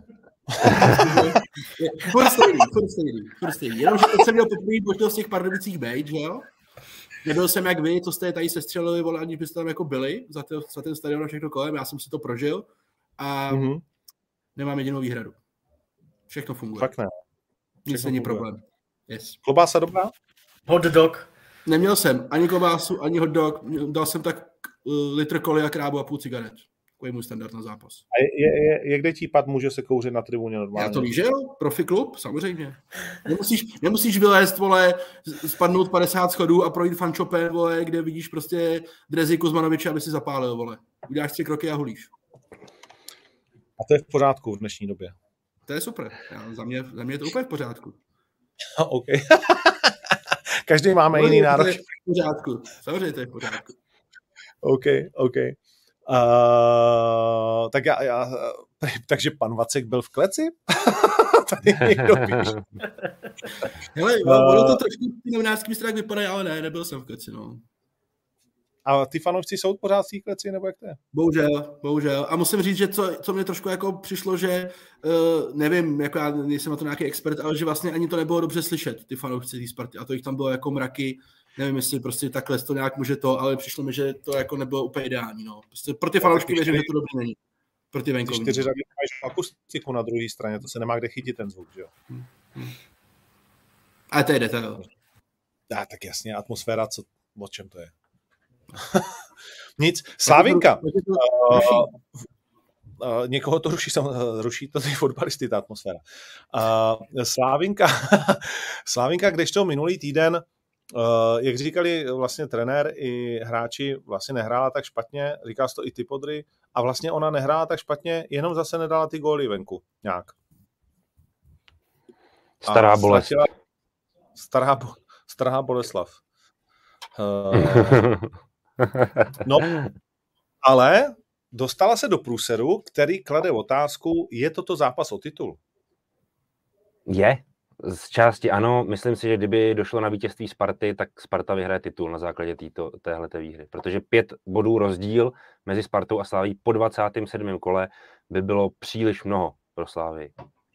Furt stejný. Jenom, že teď jsem měl poprvé možnost těch Pardubicích bejt, že jo? Nebyl jsem jak vy, co jste tady sestřelili, vole, aniž byste tam jako byli za ten stadion a všechno kolem. Já jsem si to prožil a nemám jedinou výhradu. Všechno funguje. Fakt ne. Nic není problém. Yes. Klobása dobrá? Hot dog. Neměl jsem ani klobásu, ani hot dog. Dal jsem tak litr koly a krábu a půl cigaret. Takový můj standard na zápas. A je kde típat, může se kouřit na tribuně normálně? Já to víš, že jo? Profi klub, samozřejmě. Nemusíš vylézt, vole, spadnout 50 schodů a projít fanshopem, vole, kde vidíš prostě Drezy Kuzmanoviče, aby si zapálil, vole. Uděláš 3 kroky a hulíš. A to je v pořádku v dnešní době. To je super. Za mě je to úplně v pořádku. OK. Každý máme jiný nárok. To je v pořádku. Samozřejmě to je v pořádku. OK. Takže pan Vacek byl v kleci? Tady někdo píš. Hele, ono to trošku v novinářským stranách vypadá, ale ne, nebyl jsem v kleci, no. A ty fanoušci jsou pořád v té kleci, nebo jak to je? Bohužel. A musím říct, že co mě trošku jako přišlo, že nevím, jako já nejsem na to nějaký expert, ale že vlastně ani to nebylo dobře slyšet, ty fanoušci té Sparty. A to jich tam bylo jako mraky. Nevím, jestli prostě takhle to nějak může to, ale přišlo mi, že to jako nebylo úplně ideální. No. Prostě pro ty fanoušky věřím, že to dobrý není. Pro ty venkovní. 4 řady máš akustiku na druhé straně, to se nemá kde chytit ten zvuk, že jo? Ale to je detail. Tak jasně, atmosféra, o čem to je? Nic. Slávinka. Někoho to ruší to ty fotbalisty, ta atmosféra. Slávinka, kdežto minulý týden, jak říkali vlastně trenér i hráči, vlastně nehrála tak špatně, říkal jsi to i ty, Podry, a vlastně ona nehrála tak špatně, jenom zase nedala ty góly venku nějak. Stará bolest. Stará Boleslav. No, ale dostala se do průseru, který klade otázku, je toto zápas o titul? Je. Z části ano. Myslím si, že kdyby došlo na vítězství Sparty, tak Sparta vyhraje titul na základě téhleté výhry. Protože 5 bodů rozdíl mezi Spartou a Slaví po 27. kole by bylo příliš mnoho pro Slávii.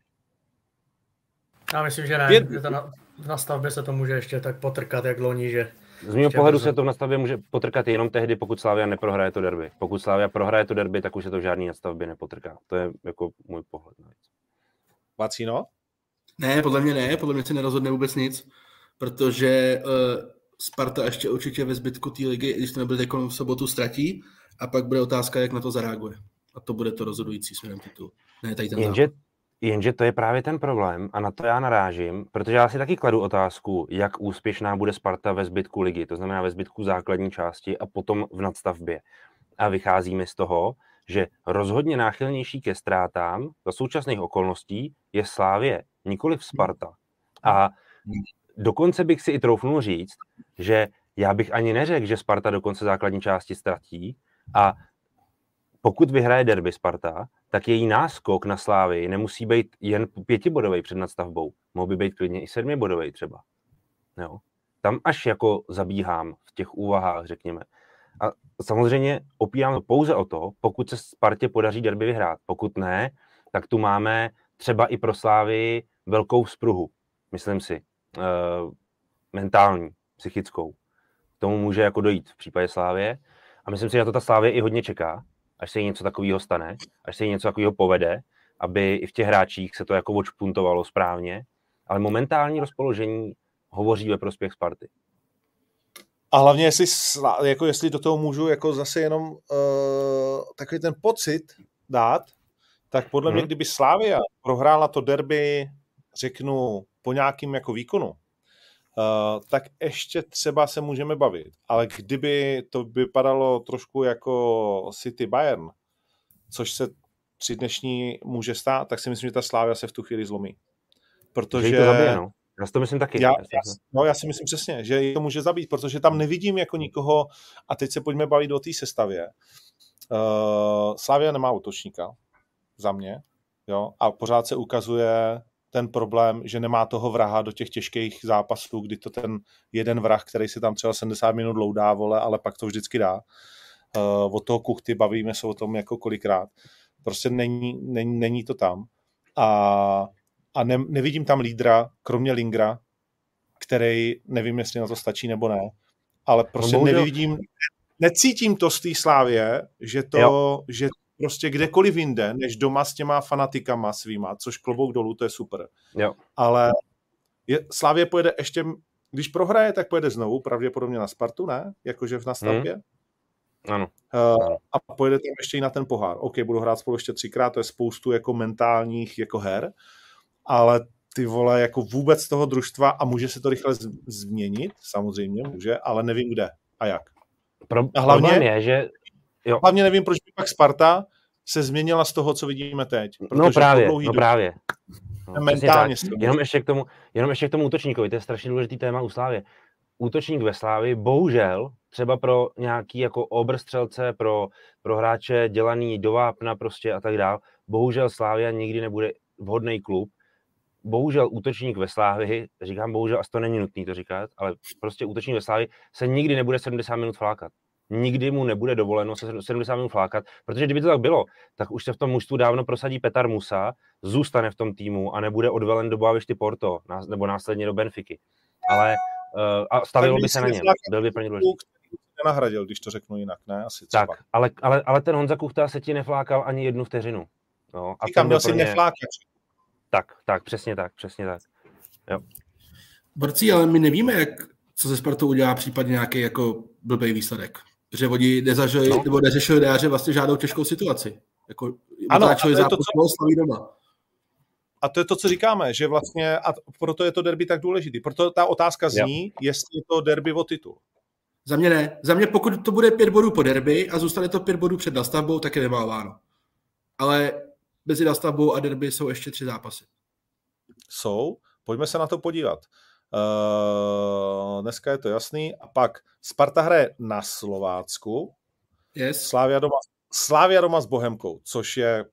Já myslím, že ne. Že to na stavbě se to může ještě tak potrkat, jak loni, že... Z mého pohledu se to na stavbě může potrkat jenom tehdy, pokud Slavia neprohraje to derby. Pokud Slavia prohraje to derby, tak už se to v žádný nadstavbě nepotrká. To je jako můj pohled na věc. Vacíno? Ne, podle mě se nerozhodne vůbec nic, protože Sparta ještě určitě ve zbytku té ligy, když to nebude teď v sobotu, ztratí a pak bude otázka, jak na to zareaguje. A to bude to rozhodující směrem titulu. Ne, tady ten Jenže to je právě ten problém a na to já narážím, protože já si taky kladu otázku, jak úspěšná bude Sparta ve zbytku ligy, to znamená ve zbytku základní části a potom v nadstavbě. A vycházíme z toho, že rozhodně náchylnější ke ztrátám za současných okolností je Slavie, nikoliv Sparta. A dokonce bych si i troufnul říct, že já bych ani neřekl, že Sparta do konce základní části ztratí a pokud vyhraje derby Sparta, tak její náskok na Slávii nemusí být jen 5bodový před nadstavbou. Mohl by být klidně i 7bodový třeba. Jo? Tam až jako zabíhám v těch úvahách, řekněme. A samozřejmě opírám pouze o to, pokud se Spartě podaří derby vyhrát. Pokud ne, tak tu máme třeba i pro Slávii velkou vzpruhu, myslím si, mentální, psychickou. K tomu může jako dojít v případě Slávie. A myslím si, že to ta Slávie i hodně čeká, až se jí něco takového stane, až se jí něco takového povede, aby i v těch hráčích se to jako odšpuntovalo správně. Ale momentální rozpoložení hovoří ve prospěch Sparty. A hlavně, jestli do toho můžu jako zase jenom takový ten pocit dát, tak podle mě, kdyby Slavia prohrála to derby, řeknu, po nějakým jako výkonu, tak ještě třeba se můžeme bavit. Ale kdyby to vypadalo trošku jako City Bayern, což se při dnešní může stát, tak si myslím, že ta Slavia se v tu chvíli zlomí. Protože... Že to zabije, no. Já si to myslím taky. Já si myslím přesně, že ji to může zabít, protože tam nevidím jako nikoho, a teď se pojďme bavit o té sestavě. Slavia nemá útočníka, za mě, jo, a pořád se ukazuje ten problém, že nemá toho vraha do těch těžkých zápasů, kdy to ten jeden vrah, který si tam třeba 70 minut loudá, vole, ale pak to vždycky dá. Od toho Kuchty bavíme se o tom jako kolikrát. Prostě není to tam. A nevidím tam lídra, kromě Lingra, který nevím, jestli na to stačí nebo ne, ale prostě necítím to z té Slávie, že prostě kdekoliv jinde, než doma s těma fanatikama svýma, což klobouk dolů, to je super. Jo. Ale Slávie pojede ještě, když prohraje, tak pojede znovu, pravděpodobně na Spartu, ne? Jakože v nastavbě. Ano. A pojede tam ještě i na ten pohár. OK, budu hrát spolu ještě 3krát, to je spoustu jako mentálních jako her, ale ty vole, jako vůbec toho družstva a může se to rychle změnit, samozřejmě může, ale nevím kde a jak. A hlavně je, že... Jo. Hlavně nevím, proč by pak Sparta se změnila z toho, co vidíme teď. No právě. Mentálně. Jenom ještě k tomu útočníkovi, to je strašně důležitý téma u Slávie. Útočník ve Slávii, bohužel, třeba pro nějaký jako obrstřelce, pro hráče dělaný do vápna prostě a tak dál, bohužel Slávia nikdy nebude vhodný klub. Bohužel útočník ve Slávii, říkám bohužel, asi to není nutný to říkat, ale prostě útočník ve Slávii se nikdy nebude 70 minut flákat. Nikdy mu nebude dovoleno se 70 minut flákat, protože kdyby to tak bylo, tak už se v tom mužstvu dávno prosadí Petar Musa, zůstane v tom týmu a nebude odvelen do Boavišty Porto nebo následně do Benfiky. Ale a stavilo by se na něm. Byl by plně důležitý. Nenahradil, když to řeknu jinak, ne? Asi tak, ale ten Honza Kuchta se ti neflákal ani jednu vteřinu. No, a říkám, měl si neflákat. Tak, přesně tak. Jo. Borci, ale my nevíme, co se Spartou udělá případně nějaký jako blbý výsledek. Že oni nezažili, nebo neřešili na jaře vlastně žádnou těžkou situaci. Jako otáčeli zápas Slaví doma. A to je to, co říkáme, že vlastně, a proto je to derby tak důležitý. Proto ta otázka zní, jestli je to derby o titul. Za mě ne. Za mě, pokud to bude 5 bodů po derby a zůstane to 5 bodů před nastavbou, tak je vymalováno. Ale mezi nastavbou a derby jsou ještě 3 zápasy. Pojďme se na to podívat. Dneska je to jasný. A pak Sparta hraje na Slovácku. Yes. Slavia doma s Bohemkou, což je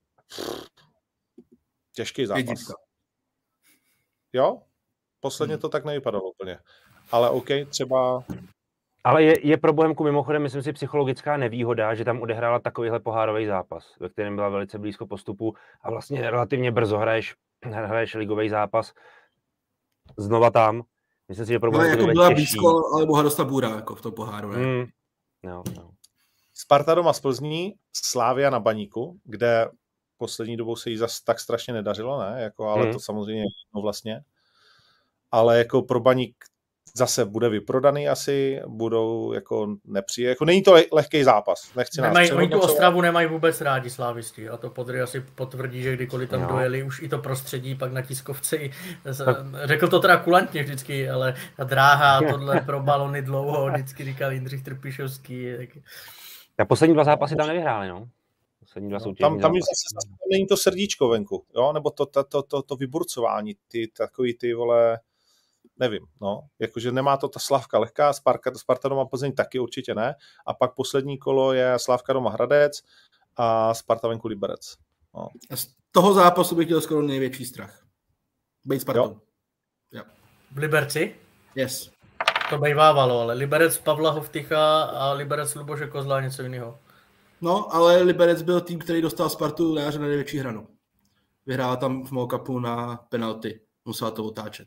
těžký zápas. Jednička. Jo? Posledně to tak nevypadalo úplně. Ale OK, třeba... Ale je pro Bohemku mimochodem, myslím si, psychologická nevýhoda, že tam odehrála takovýhle pohárový zápas, ve kterém byla velice blízko postupu a vlastně relativně brzo hraješ ligový zápas znova tam. Myslím si, že pro Bohemku jako byla blízko, ale mohla dostat bůra jako v tom poháru. Ne? No. Sparta doma z Plzní, Slavia na Baníku, kde poslední dobou se jí zase tak strašně nedařilo, ne? Jako, ale to samozřejmě vlastně. Ale jako pro Baník zase bude vyprodaný asi, budou jako jako není to lehký zápas. Oni tu Ostravu nemají vůbec rádi slávisti a to Podry asi potvrdí, že kdykoliv tam dojeli už i to prostředí, pak na tiskovce řekl to teda kulantně vždycky, ale ta dráha, tohle pro balony dlouho, vždycky říkal Jindřich Trpišovský. A poslední 2 zápasy tam nevyhráli, no. Tam zase není to srdíčko venku, jo? Nebo to vyburcování, takový ty vole, nevím, no, jakože nemá to ta Slavka lehká, Sparta doma Plzeň taky určitě ne, a pak poslední kolo je Slavka doma Hradec a Sparta venku Liberec. No. A z toho zápasu bych měl skoro největší strach. Bejt Spartou. Jo. V Liberci? Yes. To bývávalo, ale Liberec Pavla Hovtycha a Liberec Luboše Kozla a něco jiného. No, ale Liberec byl tým, který dostal Spartu na jaře na největší hranu. Vyhrál tam v Mokapu na penalty. Musela to otáčet.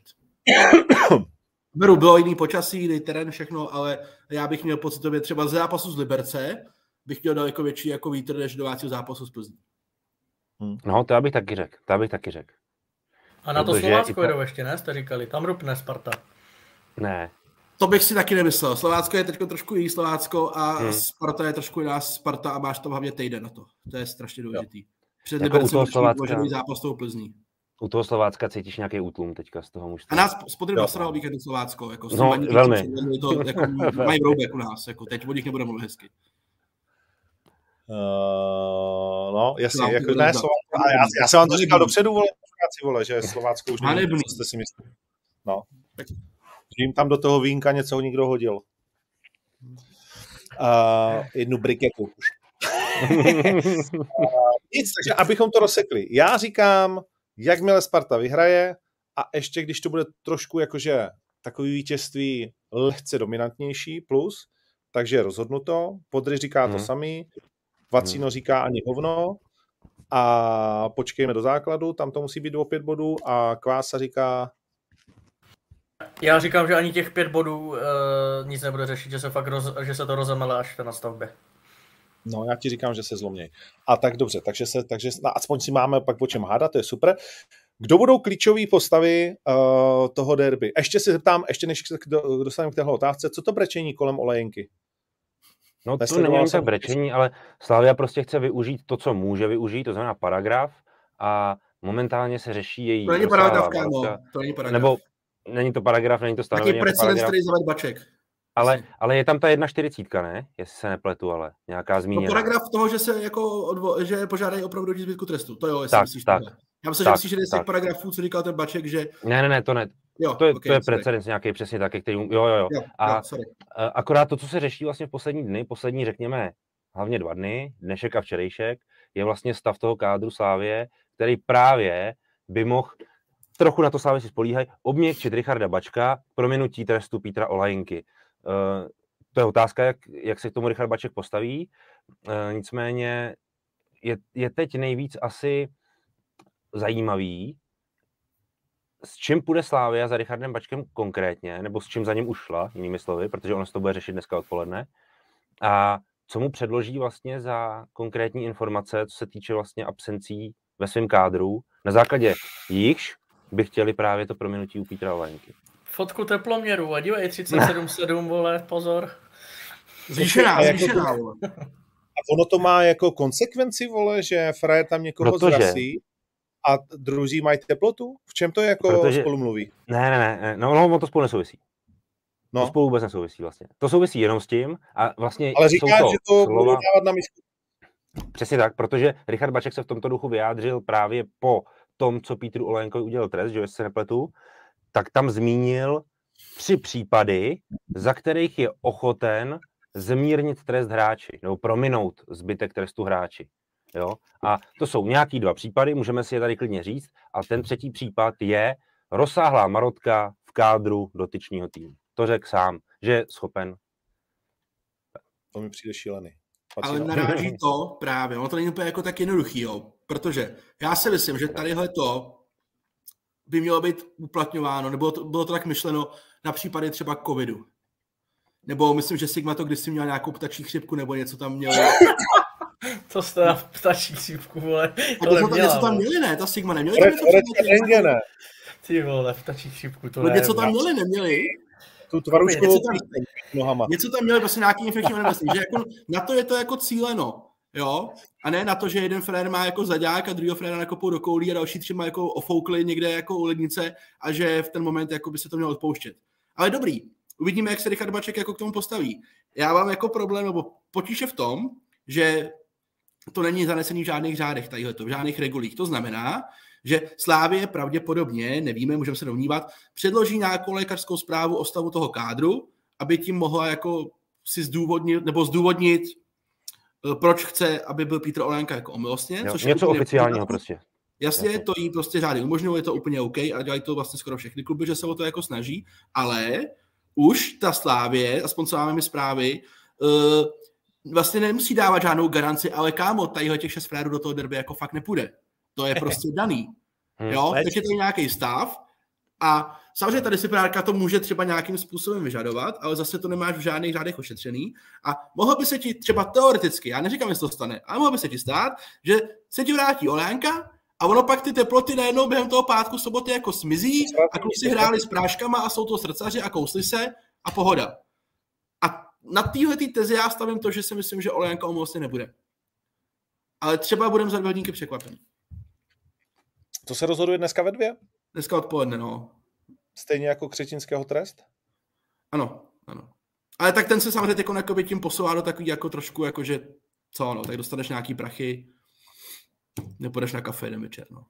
Bylo jiný počasí, jiný terén, všechno, ale já bych měl pocitově třeba z zápasu z Liberce bych měl daleko větší jako vítr než domácího zápasu z Plzní. No, to já bych taky řekl. A na to Slovácko jedou ještě, ne? Jste říkali, tam rupne Sparta. Ne. To bych si taky nemyslel. Slovácko je teď trošku jiný Slovácko a Sparta je trošku jiná Sparta a máš tam hlavně týden na to. To je strašně důležitý. Před jako Libercem možný zápas toho Plzní. U toho Slovácka cítíš nějaký útlum teďka z toho mužstva. A nás spodrým nasral víkendu Slovácko. Jako velmi. To, jako, mají vroubek u nás. Jako, teď o nich nebudeme mluvit hezky. No, jasně. Jako, ne, já jsem vám to říkal dopředu, vole, že Slovácko už není, co jste si mysleli. No. Že jim tam do toho vínka něco někdo hodil. Jednu briketu. Nic, takže abychom to rozsekli. Já říkám, jakmile Sparta vyhraje a ještě když to bude trošku jakože takový vítězství lehce dominantnější plus, takže je rozhodnuto. Podry říká to samý, Vacino říká ani hovno a počkejme do základu, tam to musí být o 5 bodů a Kvása říká... Já říkám, že ani těch 5 bodů nic nebude řešit, že se to rozemele až na stavbě. No, já ti říkám, že se zlomněj. A tak dobře, takže aspoň si máme pak o čem hádat, to je super. Kdo budou klíčové postavy toho derby? Ještě se zeptám, ještě než dostaneme k téhle otázce, co to brečení kolem Olejenky? No to není tak brečení, ale Slavia prostě chce využít to, co může využít, to znamená paragraf a momentálně se řeší její... To není paragraf, kámo. To není paragraf. Nebo není to paragraf, není to stanovený jako paragraf. Taký precedens, který zaved Baček. Ale je tam ta 1,40, ne? Jestli se nepletu, ale nějaká zmíněná. To paragraf toho, že se jako že požádají opravdu do zbytku trestu. To jo, jestli myslíš tak. Já myslím, že myslíš, že z těch paragrafů, co říkal ten Baček, že... Ne, to ne. Jo, to je precedens nějaký přesně tak, který... Jo. A akorát to, co se řeší vlastně v poslední dny, řekněme, hlavně 2 dny, dnešek a včerejšek, je vlastně stav toho kádru Slavie, který právě by mohl trochu na to Slavii si spolíhají, obměkčit Richarda Bačka, prominutí trestu Petra Olajenky. To je otázka, jak se k tomu Richard Baček postaví. Nicméně je teď nejvíc asi zajímavý, s čím půjde Slavia za Richardem Bačkem konkrétně, nebo s čím za ním už šla, jinými slovy, protože ono se to bude řešit dneska odpoledne. A co mu předloží vlastně za konkrétní informace, co se týče vlastně absencí ve svém kádru, na základě jichž by chtěli právě to prominutí u Petra Olajenky. fotku teploměru a dívej, 37,7, vole, pozor. Zvýšená, vole. A ono to má jako konsekvenci, vole, že frajer tam někoho zrasí a druzí mají teplotu? V čem to jako spolu mluví? Ne, no to spolu nesouvisí. No. To spolu vůbec nesouvisí vlastně. To souvisí jenom s tím a vlastně ale říkáš, že to budou dávat na misku. Přesně tak, protože Richard Baček se v tomto duchu vyjádřil právě po tom, co Petru Olejnikovi udělal trest, že jestli se nepletu, tak tam zmínil 3 případy, za kterých je ochoten zmírnit trest hráči, nebo prominout zbytek trestu hráči. Jo? A to jsou nějaký 2 případy, můžeme si je tady klidně říct, a ten 3. případ je rozsáhlá marotka v kádru dotyčního týmu. To řekl sám, že je schopen. To mi přijde šílený. Ale naráží to právě, ono to není úplně jako tak jednoduchý, jo, protože já si myslím, že tadyhle to by mělo být uplatňováno, nebo bylo to tak myšleno na případy třeba covidu. Nebo myslím, že Sigma to kdysi měla nějakou ptačí chřipku, nebo něco tam mělo. To jste na ptačí chřipku, vole. Něco tam měli, ne? Ta Sigma neměli. Ty vole, ptačí chřipku, to ne. Něco tam měli, neměli? Tu tvarušku nohama. Něco tam měli, prostě nějaký infekční onemocnění, že jako na to je to jako cíleno, jo? A ne na to, že jeden frér má jako zaďák a druhýho fréra nakopou do koulí a další 3 má jako ofoukli někde jako u lednice a že v ten moment jako by se to mělo odpouštět. Ale dobrý, uvidíme, jak se Richard Baček jako k tomu postaví. Já mám jako problém, nebo potíž je v tom, že to není zanesený v žádných řádech, tadyhleto, v žádných regulích. To znamená, že Slavie pravděpodobně, nevíme, můžeme se domnívat, předloží nějakou lékařskou zprávu o stavu toho kádru, aby tím mohla jako si zdůvodnit, proč chce, aby byl Petr Olejnka jako omilostněn. Což něco oficiálního prostě. Jasně, to jí prostě řády umožňuje, je to úplně OK a dělají to vlastně skoro všechny kluby, že se o to jako snaží, ale už ta Slavie, aspoň co máme mi zprávy, vlastně nemusí dávat žádnou garanci, ale kámo, tadyhle těch 6 frérů do toho derby jako fakt nepůjde. To je prostě daný. Jo, takže to je nějaký stav a samozřejmě ta disciplinárka to může třeba nějakým způsobem vyžadovat, ale zase to nemáš v žádných řádech ošetřený a mohlo by se ti třeba teoreticky, já neříkám, jestli to stane, ale mohlo by se ti stát, že se ti vrátí Olejnka a ono pak ty teploty najednou během toho pátku, soboty jako smizí a kluci hráli s práškama a jsou to srdcaři a kousli se a pohoda. A na téhletý tezi já stavím to, že si myslím, že Olejnka omilostně nebude. Ale třeba budeme za 2 hodinky překvapení. To se rozhoduje dneska ve 2? Dneska odpoledne, no. Stejně jako Křetinského trest? Ano. Ale tak ten se samozřejmě jako tím posouvá do takový jako trošku, jakože co, no, tak dostaneš nějaký prachy, nepůjdeš na kafe jeden večer, no.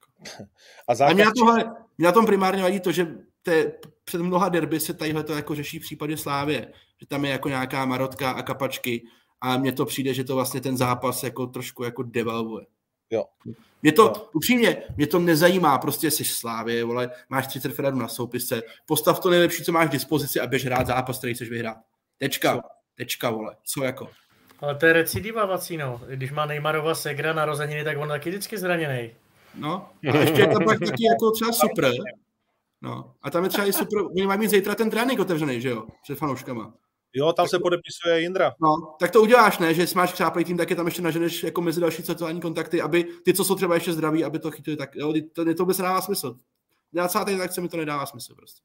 A mě na tom primárně vadí to, že před mnoha derby se tadyhle to jako řeší v případě Slávie, že tam je jako nějaká marotka a kapačky a mně to přijde, že to vlastně ten zápas jako trošku jako devalvuje. Jo. Upřímně, mě to nezajímá, prostě jsi Slávie, vole, máš 30 frérů na soupise, postav to nejlepší, co máš k dispozici a běž hrát zápas, který chceš vyhrát. Tečka, vole, co jako. Ale to je recidiva, Vacíno. Když má Neymarova segra narozeniny, tak on taky vždycky zraněnej. No, a ještě je tam pak taky jako třeba super. No, a tam je třeba i super, oni mají mít zítra ten trénink otevřený, že jo, před fanouškama. Jo, tam se podepisuje Jindra. No, tak to uděláš, ne, že máš křáplej tým, tak je tam ještě naženeš jako mezi další sociální kontakty, aby ty, co jsou třeba ještě zdraví, aby to chytili tak, jo, to vůbec nedává smysl. Já celá tady akce mi to nedává smysl prostě.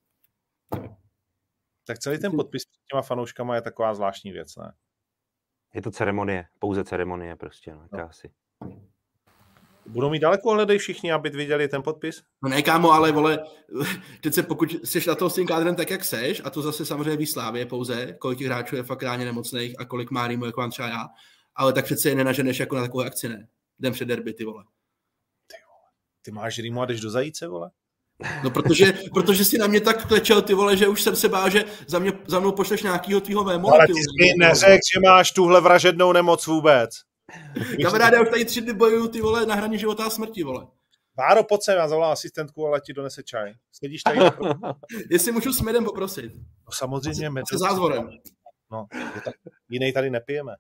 Tak celý ten podpis s těma fanouškama je taková zvláštní věc, ne? Je to ceremonie, pouze ceremonie prostě, no, asi. Budou mít dalekohledej všichni, aby viděli ten podpis? No ne, kámo, ale vole, přece pokud jsi na toho s tím kádrem tak, jak seš, a to zase samozřejmě ví Slávě pouze, kolik těch hráčů je fakt ráně nemocných a kolik má rýmu, jako mám třeba já, ale tak přece je nenaženeš jako na takovou akci, ne? Jdem před derby, ty vole. Ty máš rýmu a jdeš do Zajíce, vole? No protože si na mě tak klečel, ty vole, že už jsem se bál, že za mnou pošleš nějakýho tvýho vémola. Ale ty jsi mi neřekl, že máš tuhle vražednou nemoc vůbec. Kamaráde, já už tady 3 dny bojuju, ty vole, na hraně života a smrti, vole. Váro, pojď sem, já zavolám asistentku, ale ti donese čaj. Sedíš tady? Jestli můžu s medem poprosit. No samozřejmě med. Se zázvorem. No, jiný tady nepijeme.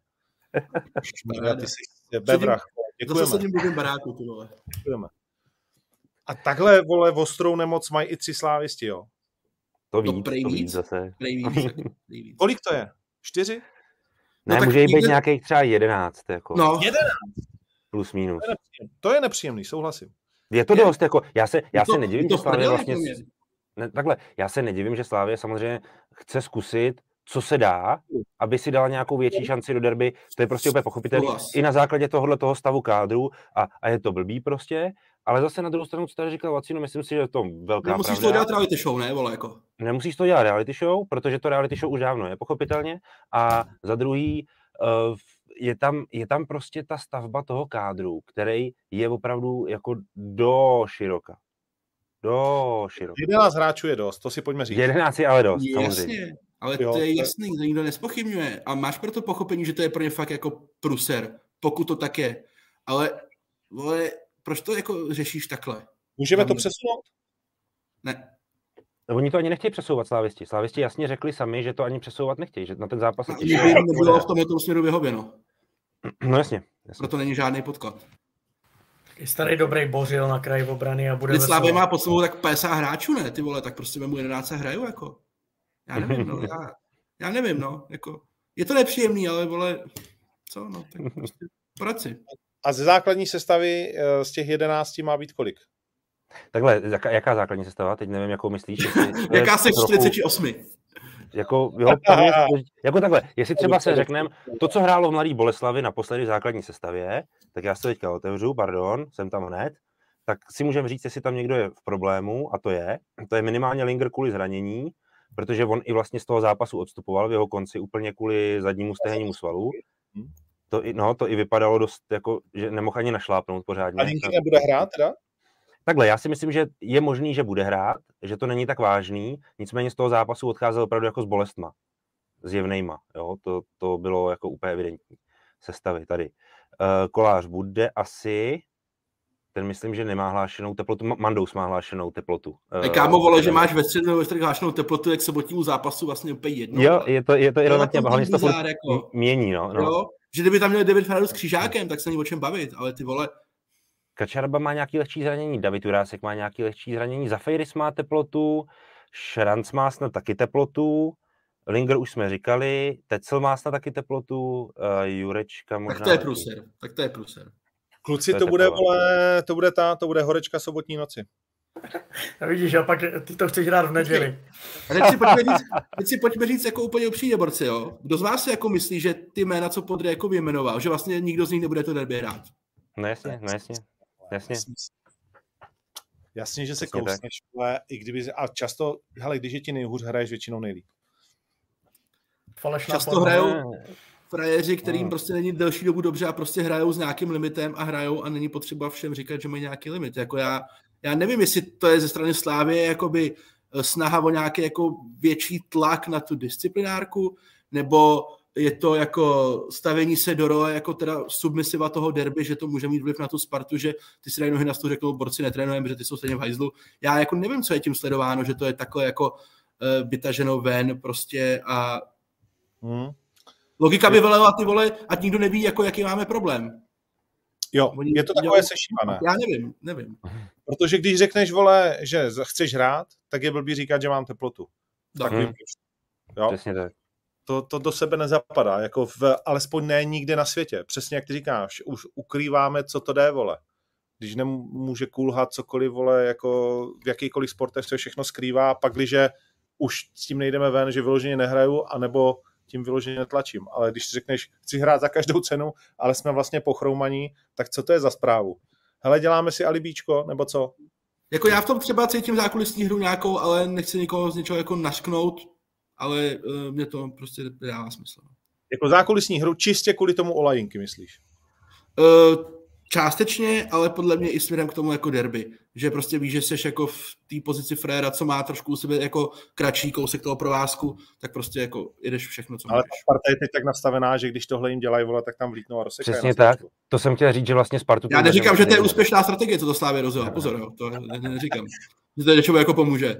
Ty jsi bevrach. Děkujeme. Zase sedím v baráku, ty vole. Děkujeme. A takhle, vole, ostrou nemoc mají i 3 slávisti, jo? To víc zase. Víc. Kolik to je? 4? Ne, no, může jí být nějakých třeba 11. Jako. No. 11? Plus minus. To je nepříjemný, souhlasím. Je to dost, jako, já se nedivím, že Slavia vlastně takhle, já se nedivím, že Slavia samozřejmě chce zkusit, co se dá, aby si dala nějakou větší šanci do derby, to je prostě úplně pochopitelné i na základě toho stavu kádru a je to blbý prostě, ale zase na druhou stranu, co tady říkal Vacino, myslím si, že je to velká Nemusíš pravda. to dělat reality show, ne, vole, jako. Nemusíš to dělat reality show, protože to reality show už dávno je, pochopitelně, a za druhý, je tam prostě ta stavba toho kádru, který je opravdu jako do široka. 11 hráčů je dost, to si pojďme říct. 11 je ale dost, Jasně, samozřejmě. ale to je jasný, to nikdo nespochybňuje. A máš proto pochopení, že to je pro ně fakt jako pruser, pokud to tak je. Ale, vole, proč to jako řešíš takhle? Můžeme to přesunout? Ne. Oni to ani nechtějí přesouvat slávisti. Slávisti jasně řekli sami, že to ani přesouvat nechtějí, že na ten zápas se těší. Nebylo v tomhle směru vyhověno. No jasně. Proto není žádný podklad. Je starý dobrý Bořil na kraji obrany a bude Když Slavia má pod sebou tak 50 hráčů, ne, ty vole, tak prostě vemu 11 hraju, jako. Já nevím, no, já nevím, no, jako. Je to nepříjemný, ale vole, co, no, tak prostě poradci. A ze základní sestavy z těch 11 má být kolik? Takhle, jaká základní sestava? Teď nevím, jakou myslíš. Jaká se 48? Jako takhle, jestli třeba se řekneme, to, co hrálo v Mladý Boleslavi naposledy v základní sestavě, tak já si to teďka otevřu, jsem tam hned, tak si můžeme říct, jestli tam někdo je v problému, a to je minimálně Linger kvůli zranění, protože on i vlastně z toho zápasu odstupoval v jeho konci úplně kvůli zadnímu stehennímu svalu. To i vypadalo dost, jako, že nemohl ani našlápnout pořádně. A Linger nebude hrát teda? Takhle, já si myslím, že je možný, že bude hrát, že to není tak vážný, nicméně z toho zápasu odcházel opravdu jako s bolestma, zjevnejma, jo, to bylo jako úplně evidentní sestavy tady. Kolář bude asi, ten myslím, že nemá hlášenou teplotu, Mandous má hlášenou teplotu. Kámo, vole, že máš ve středu hlášenou teplotu, jak sobotnímu zápasu vlastně úplně jedno. Jo, je to irrelevantně, hlavně se to jako mění, no. Jo, že kdyby tam měl David Ferrari s křížákem, tak se není o čem bavit, ale ty vole, Kačarba má nějaký lehčí zranění, David Jurásek má nějaký lehčí zranění, Zafeiris má teplotu, Šranc má snad taky teplotu, Linger už jsme říkali, Tecel má snad taky teplotu, Jurečka možná... Tak to je pruser. Kluci, to bude, vole, to bude horečka sobotní noci. A vidíš, a pak ty to chceš hrát v neděli. A teď si pojďme říct jako úplně upřímně, borci, jo. Kdo z vás si jako myslí, že ty jména, co Podry jako vyjmenoval, že vlastně nikdo z nich nebude to derby hrát? No jasně. Jasně, že se kousneš, ale i kdyby, a často, hele, když je ti nejhůř, hraješ většinou nejlíp. Často hrajou frajeři, kterým prostě není delší dobu dobře a prostě hrajou s nějakým limitem a hrajou a není potřeba všem říkat, že mají nějaký limit. Jako já nevím, jestli to je ze strany Slávie jakoby snaha o nějaký jako větší tlak na tu disciplinárku, nebo je to jako stavění se do role jako teda submisiva toho derby, že to může mít vliv na tu Spartu, že ty si dají nohy na stůl, řeknou, borci netrénujeme, že ty jsou stejně v hajzlu. Já jako nevím, co je tím sledováno, že to je takhle jako vytaženo ven prostě a logika by velela, ty vole, ať nikdo neví, jako jaký máme problém. Jo, je to takové sešívané. Já nevím. Protože když řekneš, vole, že chceš hrát, tak je blbý říkat, že mám teplotu. Přesně tak. To do sebe nezapadá, jako alespoň ne nikde na světě. Přesně jak ty říkáš, už ukrýváme, co to jde, vole. Když nemůže kulhat cokoliv, vole, jako v jakýkoliv sportech se všechno skrývá, a pak, když už s tím nejdeme ven, že vyloženě nehraju, anebo tím vyloženě netlačím. Ale když řekneš, chci hrát za každou cenu, ale jsme vlastně pochroumaní, tak co to je za zprávu? Hele, děláme si alibíčko, nebo co? Jako já v tom třeba cítím zákulisní hru nějakou, ale nechci nikoho z něčeho jako našknout, ale mě to prostě nedává smysl. Jako zákulisní hru čistě kvůli tomu olajinky, myslíš? Částečně, ale podle mě i směrem k tomu jako derby. Že prostě víš, že jsi jako v té pozici fréra, co má trošku u sebe jako kratší kousek toho provázku, tak prostě jako jedeš všechno, co máš. Ale Sparta je teď tak nastavená, že když tohle jim dělají, vole, tak tam vlítnou a rozsekají. Přesně tak. To jsem chtěl říct, že vlastně Spartu... Já neříkám, že to je úspěšná strategie, co to Slávě rozhodla. Pozor, jo, to neříkám. Že to něčemu jako pomůže.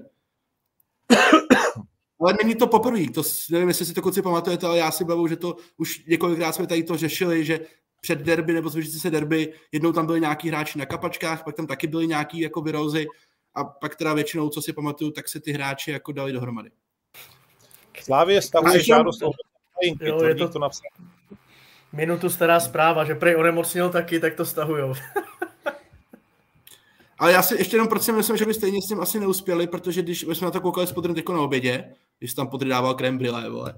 Ale není to poprvé. To nevím, jestli si to kluci pamatujete, ale já si bavu, že to už několikrát jsme tady to řešili, že před derby nebo zvyšující se derby, jednou tam byli nějaký hráči na kapačkách, pak tam taky byli nějaký jako virózy a pak teda většinou, co si pamatuju, tak se ty hráči jako dali dohromady. Slávě stavuje žádost o je to napsat. Minutu stará zpráva, že prej onemocnil taky, tak to stahujou. Ale já si ještě jenom proč si myslím, že by stejně s tím asi neuspěli, protože když jsme na to koukali s Podrym teďko na obědě, když tam Podry dával crème brûlée, vole,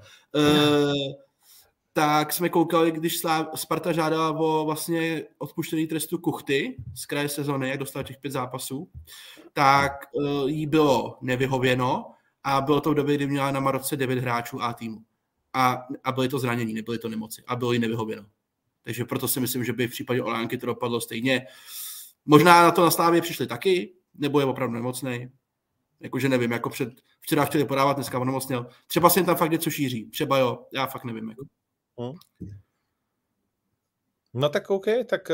tak jsme koukali, když Sparta žádala o vlastně odpuštěný trestu Kuchty z kraje sezony, jak dostal těch 5 zápasů, tak jí bylo nevyhověno a bylo to v době, kdy měla na Marotce 9 hráčů A týmu. A byly to zranění, nebyly to nemoci a bylo jí nevyhověno. Takže proto si myslím, že by v případě Olánky to dopadlo stejně. Možná na to na Slávě přišli taky, nebo je opravdu nemocnej. Jakože nevím, jako včera chtěli podávat, dneska on nemocněl. Třeba se jim tam fakt něco šíří. Třeba jo, já fakt nevím. Jako. No tak OK, tak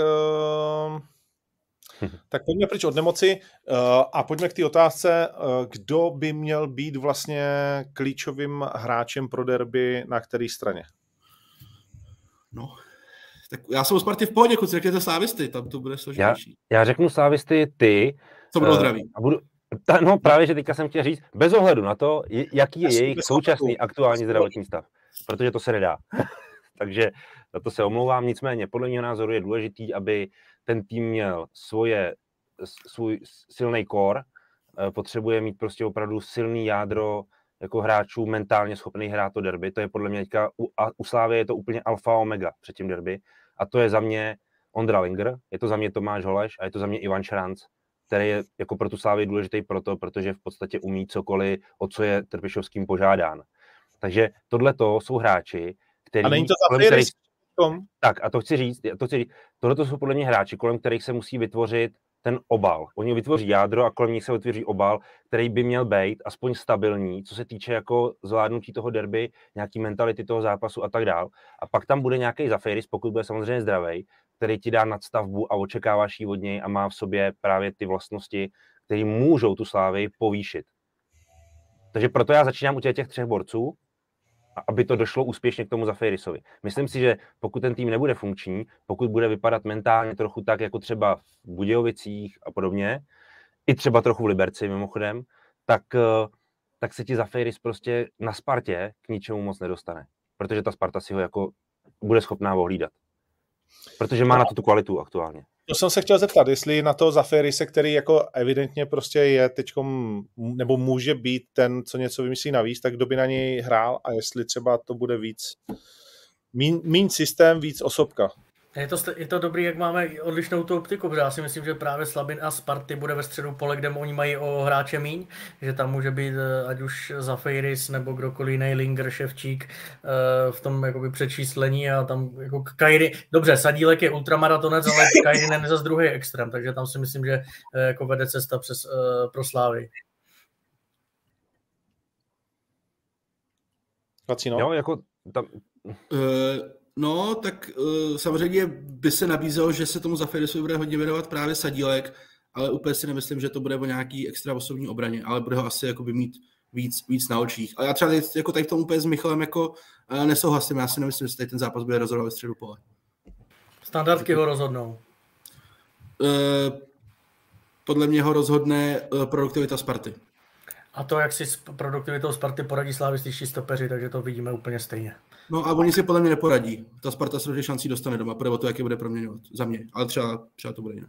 pojďme pryč od nemoci a pojďme k té otázce, kdo by měl být vlastně klíčovým hráčem pro derby na které straně? No, tak já jsem u Sparty v pohodě, kluci, řekněte Slávisty, tam to bude složitější. Já řeknu Slávisty ty. To bylo zdraví. No právě, že teďka jsem chtěl říct, bez ohledu na to, jaký je jejich současný aktuální zdravotní stav. Protože to se nedá. Takže za to se omlouvám. Nicméně, podle mého názoru je důležitý, aby ten tým měl svůj silný core. Potřebuje mít prostě opravdu silný jádro jako hráčů mentálně schopný hrát to derby. To je podle mě teďka u Slávy je to úplně alfa omega před tím derby. A to je za mě Ondra Linger, je to za mě Tomáš Holeš a je to za mě Ivan Šranc, který je jako pro tu Slávy důležitý protože v podstatě umí cokoliv, o co je Trpišovským požádán. Takže tohleto jsou hráči, který... A není to za kterých... Tak a to chci říct, tohleto jsou podle mě hráči, kolem kterých se musí vytvořit ten obal. Oni vytvoří jádro a kolem nich se vytvoří obal, který by měl být aspoň stabilní, co se týče jako zvládnutí toho derby, nějaký mentality toho zápasu a tak dál. A pak tam bude nějaký Zafiris, pokud bude samozřejmě zdravý, který ti dá nadstavbu a očekáváš ji od něj a má v sobě právě ty vlastnosti, které můžou tu Slávy povýšit. Takže proto já začínám u těch 3 borců, aby to došlo úspěšně k tomu Zafirisovi. Myslím si, že pokud ten tým nebude funkční, pokud bude vypadat mentálně trochu tak, jako třeba v Budějovicích a podobně, i třeba trochu v Liberci mimochodem, tak se ti Zafiris prostě na Spartě k ničemu moc nedostane. Protože ta Sparta si ho jako bude schopná ohlídat. Protože má na to tu kvalitu aktuálně. To jsem se chtěl zeptat, jestli na to Zafirise, který jako evidentně prostě je teďkom, nebo může být ten, co něco vymyslí navíc, tak kdo by na něj hrál a jestli třeba to bude víc míň systém, víc osobka. Je to dobrý, jak máme odlišnou tu optiku, protože já si myslím, že právě Slabin a Sparty bude ve středu pole, kde oni mají o hráče míň, že tam může být ať už Zafiris nebo kdokoliv jiný, Linger, Ševčík v tom jakoby předčíslení a tam jako Kairi, dobře, Sadílek je ultramaratonec, ale Kairi není zase druhý extrém, takže tam si myslím, že jako vede cesta pro Slávy. Jo, jako tam... No, tak samozřejmě by se nabízelo, že se tomu Zafirisovi bude hodně věnovat právě Sadílek, ale úplně si nemyslím, že to bude o nějaký extra osobní obraně, ale bude ho asi jakoby mít víc na očích. A já třeba jako tady v tom úplně s Michalem jako nesouhlasím, já si nemyslím, že tady ten zápas bude rozhodovat ve středu pole. Standardky ho rozhodnou. Podle mě ho rozhodne produktivita Sparty. A to, jak si s produktivitou Sparty poradí slavističtí stopeři, takže to vidíme úplně stejně. No a oni si podle mě neporadí. Ta Sparta se do těch šancí dostane doma, protože to, jak je bude proměňovat za mě. Ale třeba to bude jiné.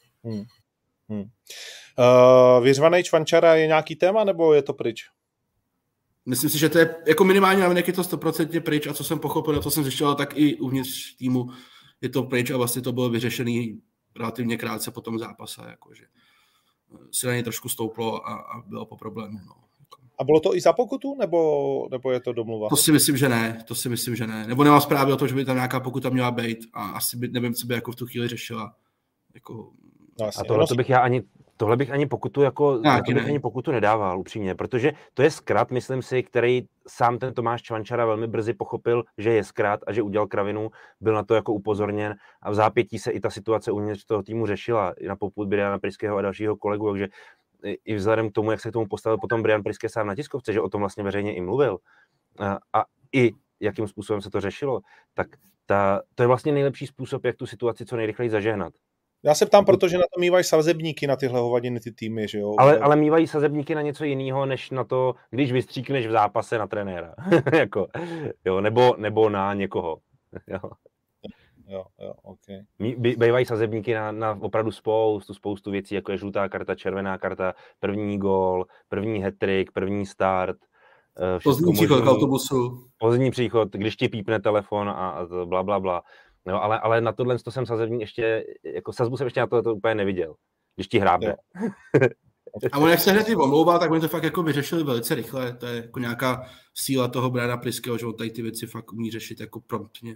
Vyřvanej Čvančara je nějaký téma, nebo je to pryč? Myslím si, že to je jako minimálně na mě, jak je to 100% pryč a co jsem pochopil, to jsem zjišťoval, tak i uvnitř týmu je to pryč a vlastně to bylo vyřešený relativně krátce po tom zápase, jakože se na něj trošku stouplo a bylo po problému. No. A bylo to i za pokutu, nebo je to domluva? To si myslím, že ne. Nebo nemám zprávy o to, že by tam nějaká pokuta měla být a asi nevím, co by jako v tu chvíli řešila. Jako... A tohle bych ani pokutu nedával, upřímně, protože to je zkrat, myslím si, který sám ten Tomáš Čvančara velmi brzy pochopil, že je zkrat a že udělal kravinu, byl na to jako upozorněn a v zápětí se i ta situace uvnitř toho týmu řešila, i na popud Briana Pryského a dalšího kolegu, takže i vzhledem k tomu, jak se k tomu postavil potom Brian Pryské sám na tiskovce, že o tom vlastně veřejně i mluvil a i jakým způsobem se to řešilo, tak to je vlastně nejlepší způsob, jak tu situaci co nejrychleji zažehnat. Já se ptám, protože na to mývají sazebníky na tyhle hovadiny ty týmy, že jo? Ale mývají sazebníky na něco jiného, než na to, když vystříkneš v zápase na trenéra. Jako, jo, nebo na někoho. Jo. okay. Bývají sazebníky na opravdu spoustu věcí, jako je žlutá karta, červená karta, první gól, první hat-trick, první start. Pozdní příchod k autobusu. Pozdní příchod, když ti pípne telefon a bla, bla, bla. No, ale na tohle jsem sazebník ještě, jako sazbu jsem ještě na to úplně neviděl, když ti hrábne. A on jak se hned omlouvá, tak oni to fakt jako vyřešili velice rychle. To je jako nějaká síla toho Briana Priského, že on tady ty věci fakt umí řešit jako promptně.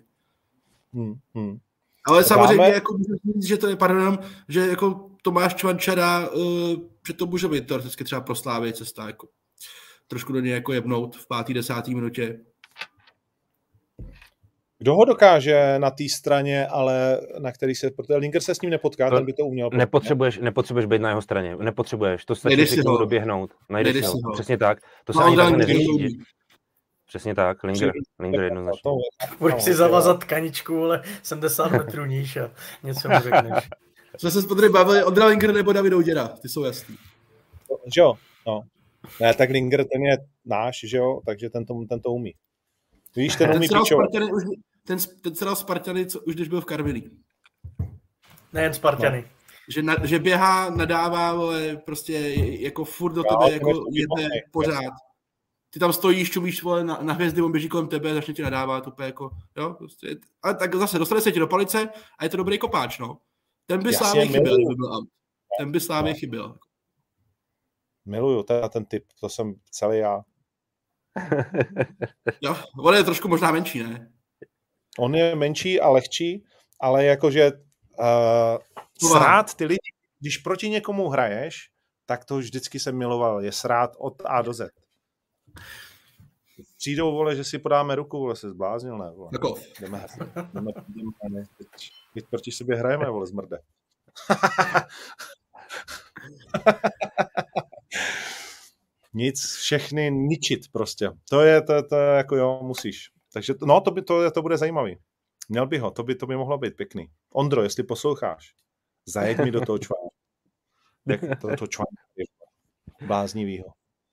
Ale samozřejmě jako říct, že to je pardon, že jako Tomáš Čvančara, že to může být teoreticky třeba pro Slávy cesta jako trošku do něj jako jebnout v 5. 10. minutě. Kdo ho dokáže na té straně, ale na který se, protože Linger se s ním nepotká, ten by to uměl. Nepotřebuješ být na jeho straně, nepotřebuješ, to stačí si k němu doběhnout. Najdeš si ho. Přesně tak, to se ani tak neřeší. Přesně tak, Linger jednoznačně. Budeš si zavazat tkaničku, ale 70 metrů níž a něco mi řekneš. Jsme se tady bavili, Ondra Linger nebo David Ouděra, ty jsou jasný. Že jo, no. Ne, tak Linger ten je náš, že jo, takže ten to umí. Víš, ten umí pičovat. Ten se dal Spartany, už když byl v Karviní. Nejen Spartany. No. Že běhá, nadává, ale prostě jako furt do tebe jako jede pořád. Ty tam stojíš, čumíš vole, na hvězdy, on běží kolem tebe, začne ti nadávat, úplně jako, jo, prostě. Ale tak zase, dostane se ti do palice a je to dobrý kopáč, no. Ten by Slávě chyběl, kdyby byl out. Ten by Slávě chyběl. Miluju ten typ, to jsem celý já. Jo, on je trošku možná menší, ne? On je menší a lehčí, ale jakože srát ty lidi, když proti někomu hraješ, tak to vždycky jsem miloval, je srát od A do Z. Přijdou, vole, že si podáme ruku, vole, se zbláznil, ne, vole. Jako. Jdeme, teď proti sobě hrajeme, vole, zmrde. Nic, všechny ničit prostě. To je jako jo, musíš. Takže no, to bude zajímavý. Měl by ho, to by mohlo být pěkný. Ondro, jestli posloucháš, zajeď mi do toho čvána. To čvána bláznivýho.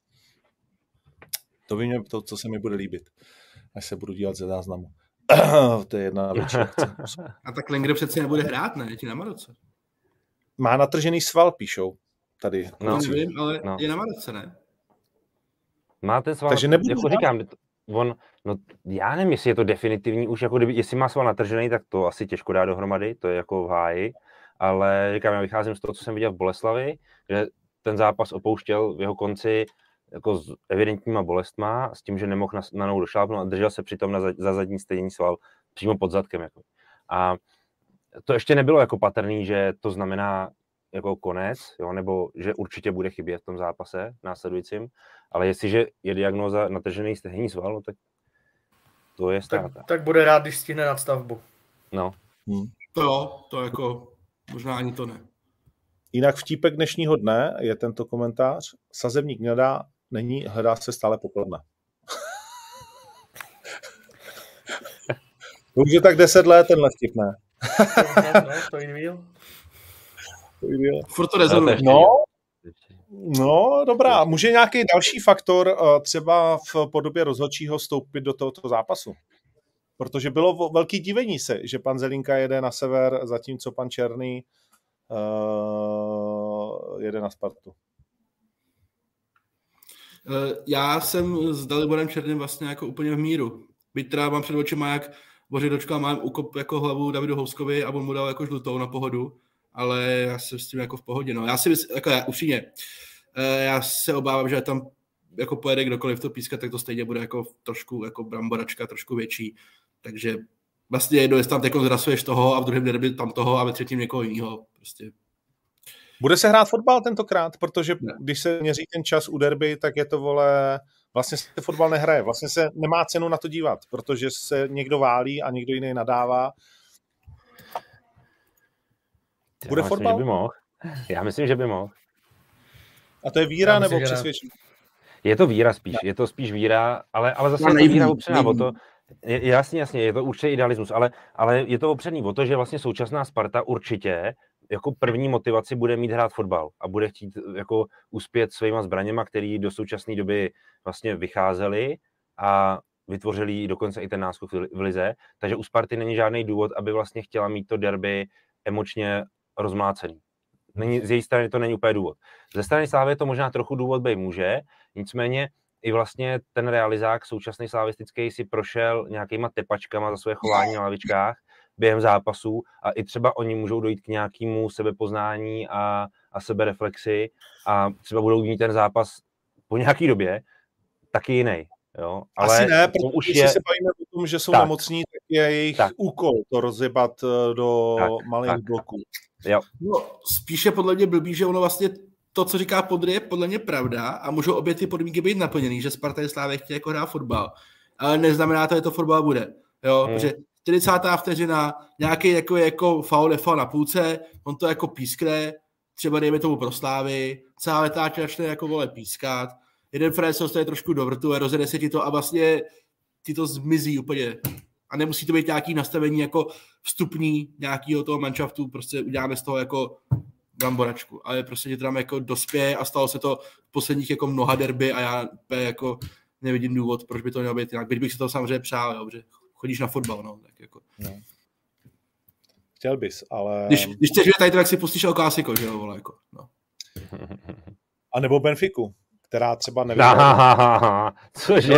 To by mě, to, co se mi bude líbit, až se budu dívat ze záznamu. To je jedna větší akce. A tak Linger přece nebude hrát, ne? Je na Maroce. Má natržený sval, píšou tady. No, nevím, ale je na Maroce, ne? Máte sval, takže nebudu jako říkám, já nevím, jestli je to definitivní, už jako jestli má sval natržený, tak to asi těžko dá dohromady, to je jako v háji, ale říkám, já vycházím z toho, co jsem viděl v Boleslavi, že ten zápas opouštěl v jeho konci jako s evidentníma bolestma, s tím, že nemohl na nohu došlápnout a držel se přitom za zadní stejný sval přímo pod zadkem. Jako. A to ještě nebylo jako patrný, že to znamená jako konec, jo, nebo že určitě bude chybět v tom zápase následujícím, ale jestliže je diagnóza natržený stehní sval, no, tak to je ztráta. Tak bude rád, když stihne nadstavbu. No. To jo, to jako možná ani to ne. Jinak vtípek dnešního dne je tento komentář. Sazebník není, hledá se stále pokladna. To už je tak 10 let tenhle vtip, ne? To jíl. Furt to rezonuje. No, dobrá. Může nějaký další faktor třeba v podobě rozhodčího vstoupit do tohoto zápasu? Protože bylo velký divení se, že pan Zelinka jede na sever, zatímco pan Černý jede na Spartu. Já jsem s Daliborem Černým vlastně jako úplně v míru. Byť teda mám před očima, jak Bořidočka mám ukop jako hlavu Davidu Houskovi a on mu dal jako žlutou na pohodu, ale já jsem s tím jako v pohodě. No. Upřímně, já se obávám, že tam jako pojede kdokoliv to pískat, tak to stejně bude jako trošku jako bramboračka, trošku větší. Takže vlastně jedno, jestli tam teď zrasuješ toho a v druhém derby tam toho a ve třetím někoho jiného. Prostě. Bude se hrát fotbal tentokrát? Protože když se měří ten čas u derby, tak je to, vole, vlastně se fotbal nehraje. Vlastně se nemá cenu na to dívat, protože se někdo válí a někdo jiný nadává. Bude fotbal? Já myslím, že by mohl. A to je víra nebo přesvědčení? Je to víra spíš, je to spíš víra, ale zase je to víra opřená o to, jasně, je to určitě idealismus, ale je to opřený o to, že vlastně současná Sparta určitě jako první motivaci bude mít hrát fotbal a bude chtít jako uspět svýma zbraněma, který do současné doby vlastně vycházely a vytvořili dokonce i ten náskok v lize, takže u Sparty není žádný důvod, aby vlastně chtěla mít to derby emočně rozmlácený. Z její strany to není úplně důvod. Ze strany Slávy to možná trochu důvod být může, nicméně i vlastně ten realizák současný slavistický si prošel nějakýma tepačkama za své chování na lavičkách během zápasů a i třeba oni můžou dojít k nějakému sebepoznání a sebereflexi a třeba budou mít ten zápas po nějaký době taky jiný. Jo? Ale asi ne, protože se bavíme o tom, že jsou nemocní, tak je jejich úkol to rozjebat do malých bloků. Jo. No, spíše podle mě blbý, že ono vlastně to, co říká Podry, je podle mě pravda a můžou obě ty podmínky být naplněný, že Sparta i Slávě chtějí jako hrát fotbal. Ale neznamená to, že to fotbal bude. Jo? Protože 40. vteřina, nějaký jako faul na půlce, on to jako pískne, třeba dejme tomu pro Slávy, celá letáč začne jako vole pískat, jeden Fred se dostane trošku do vrtu, rozjede se ti to a vlastně ti to zmizí úplně. A nemusí to být nějaký nastavení jako vstupní nějakého toho manšaftu, prostě uděláme z toho jako bramboračku. Ale prostě ti tam jako dospěje a stalo se to v posledních jako mnoha derby a já jako nevidím důvod, proč by to mělo být jinak. Byť bych se to samozřejmě přál, jo, že chodíš na fotbal, no, tak jako. No. Chtěl bys, ale... Když chceš tady, tak si pustíš El Clásico, že jo, vole, jako, no. A nebo Benfiku, která třeba nevyhrala. Cože?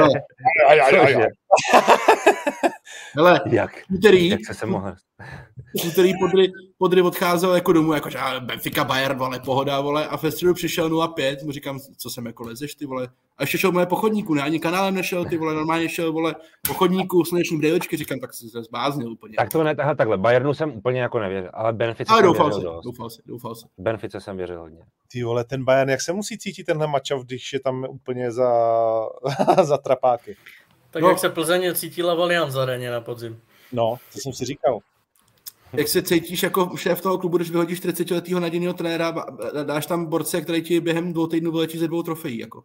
Hele, jak se mohl? Úterý Podry odcházel jako domů, jakože Benfica, Bayern, vole, pohoda, vole, a ve středu přišel 0-5, mu říkám, co jsem jako lezeš, ty vole, a ještě šel moje po chodníku, ne, ani kanálem nešel, ty vole, normálně šel, vole, po chodníku, slunečním brýličky, říkám, tak se zbláznil úplně. Tak to ne, takhle, Bayernu jsem úplně jako nevěřil, ale Benfice jsem doufal se. Benfice jsem věřil hodně. Ty vole, ten Bayern, jak se musí cítit tenhle matchup, když je tam úplně za trapáky? Tak jak se Plzeň cítila v Allianz Areně na podzim. No, to jsem si říkal. Jak se cítíš jako šéf toho klubu, když vyhodíš 40letýho nadějného trenéra, dáš tam borce, který ti během 2 týdnů vylečí ze 2 trofejí, jako?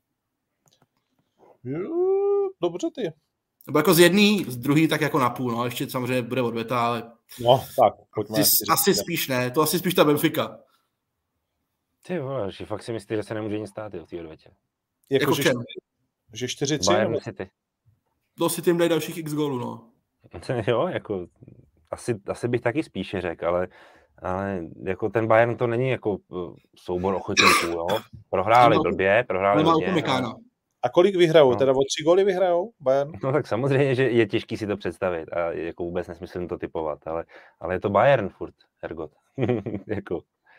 Dobře ty. Nebo jako z jedný, z druhý tak jako na půl, no, ještě samozřejmě bude odveta, ale... No, tak, pojďme. Asi spíš ne, to asi spíš ta Benfica. Ty vole, že fakt si myslíš, že se nemůže nic stát v té odvetě. Jako že 4-3? Bayern City. To si tím dají dalších x gólů, no. Jo, jako... Asi bych taky spíše řekl, ale jako ten Bayern to není jako soubor ochotníků, jo. Prohráli blbě, prohráli blbě. A kolik vyhrajou? No. Teda o 3 góly vyhrajou Bayern? No tak samozřejmě, že je těžký si to představit a jako vůbec nesmyslím to typovat, ale je to Bayern furt, Hergot. jako.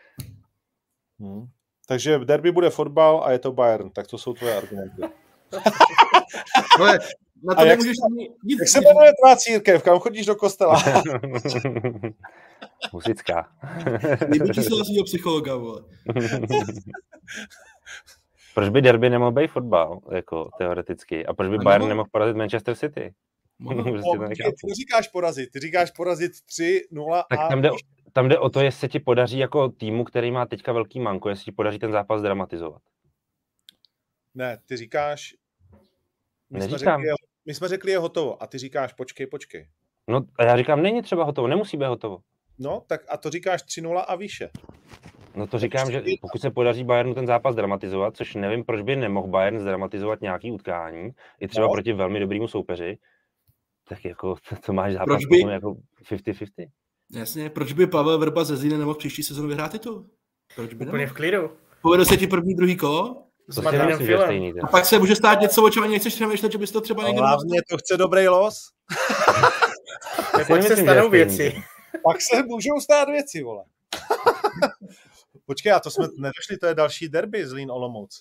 Takže v derby bude fotbal a je to Bayern, tak to jsou tvoje argumenty. Ale na to nemůžeš nic. Jak se jmenuje tvá církev? Kam chodíš do kostela? Husická. Nejbližší se svýho psychologa, vole. Proč by derby nemohl být fotbal, jako teoreticky? A proč by Bayern nemohl porazit Manchester City? Ty říkáš porazit. Ty říkáš porazit 3-0 tak tam jde o to, jestli se ti podaří jako týmu, který má teďka velký manko, jestli ti podaří ten zápas dramatizovat. Ne, ty říkáš... Neříkám. My jsme řekli, je hotovo. A ty říkáš, počkej. No a já říkám, není třeba hotovo, nemusí být hotovo. No, tak a to říkáš 3-0 a výše. No to říkám, že pokud se podaří Bayernu ten zápas dramatizovat, což nevím, proč by nemohl Bayern zdramatizovat nějaký utkání, i třeba proti velmi dobrému soupeři, tak jako to máš zápas jako 50-50. Jasně, proč by Pavel Vrba ze Zlína nemohl příští sezonu vyhrát titul? Proč by úplně v klidu. Povedl se ti první, druhý kolo? S Martinem Filem. A pak se může stát něco, o čem ani nechceš přemýšlet, že bys to třeba někdo... Hlavně to chce dobrý los. Pak se stanou věci. Pak se můžou stát věci, vole. Počkej, a to jsme nedošli, to je další derby Zlín Olomouc.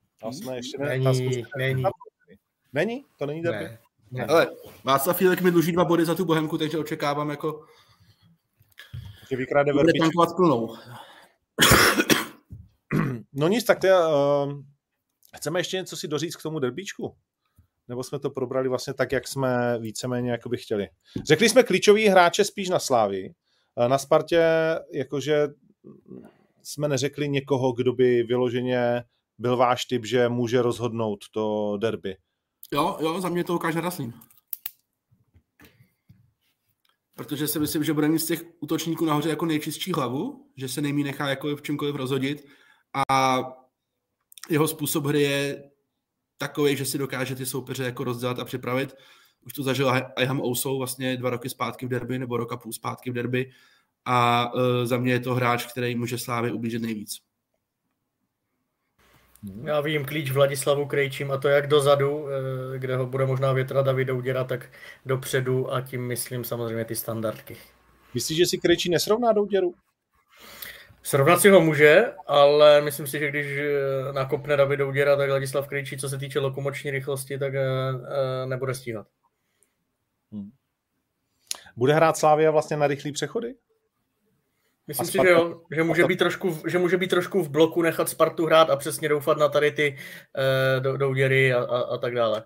Není? To není derby? Ne. Ale Václav Fílek mi dluží 2 body za tu Bohemku, takže očekávám jako... Že vykrade verbičku. Plnou. No nic, tak chceme ještě něco si doříct k tomu derbíčku? Nebo jsme to probrali vlastně tak, jak jsme víceméně jakoby chtěli? Řekli jsme klíčový hráče spíš na Slávii. Na Spartě jakože jsme neřekli někoho, kdo by vyloženě byl váš typ, že může rozhodnout to derby. Jo, za mě to ukáže Raslín. Protože si myslím, že bude mít z těch útočníků nahoře jako nejčistší hlavu, že se nejmí nechá jako v čemkoliv rozhodit a jeho způsob hry je takový, že si dokáže ty soupeře jako rozdělat a připravit. Už to zažil Iham Ousou vlastně 2 roky zpátky v derby, nebo rok a půl zpátky v derby. A za mě je to hráč, který může Slávě ublížit nejvíc. Já vím klíč Vladislavu Krejčím, a to jak dozadu, kde ho bude možná větrat David Douděra, tak dopředu, a tím myslím samozřejmě ty standardky. Myslíš, že si Krejčí nesrovná Douděru? Srovnat si ho může, ale myslím si, že když nakopne David Douděra, tak Ladislav Krejčí, co se týče lokomoční rychlosti, tak nebude stíhat. Bude hrát Slavia vlastně na rychlý přechody? Myslím si, že jo, že může být trošku v bloku, nechat Spartu hrát a přesně doufat na tady ty Douděry a tak dále.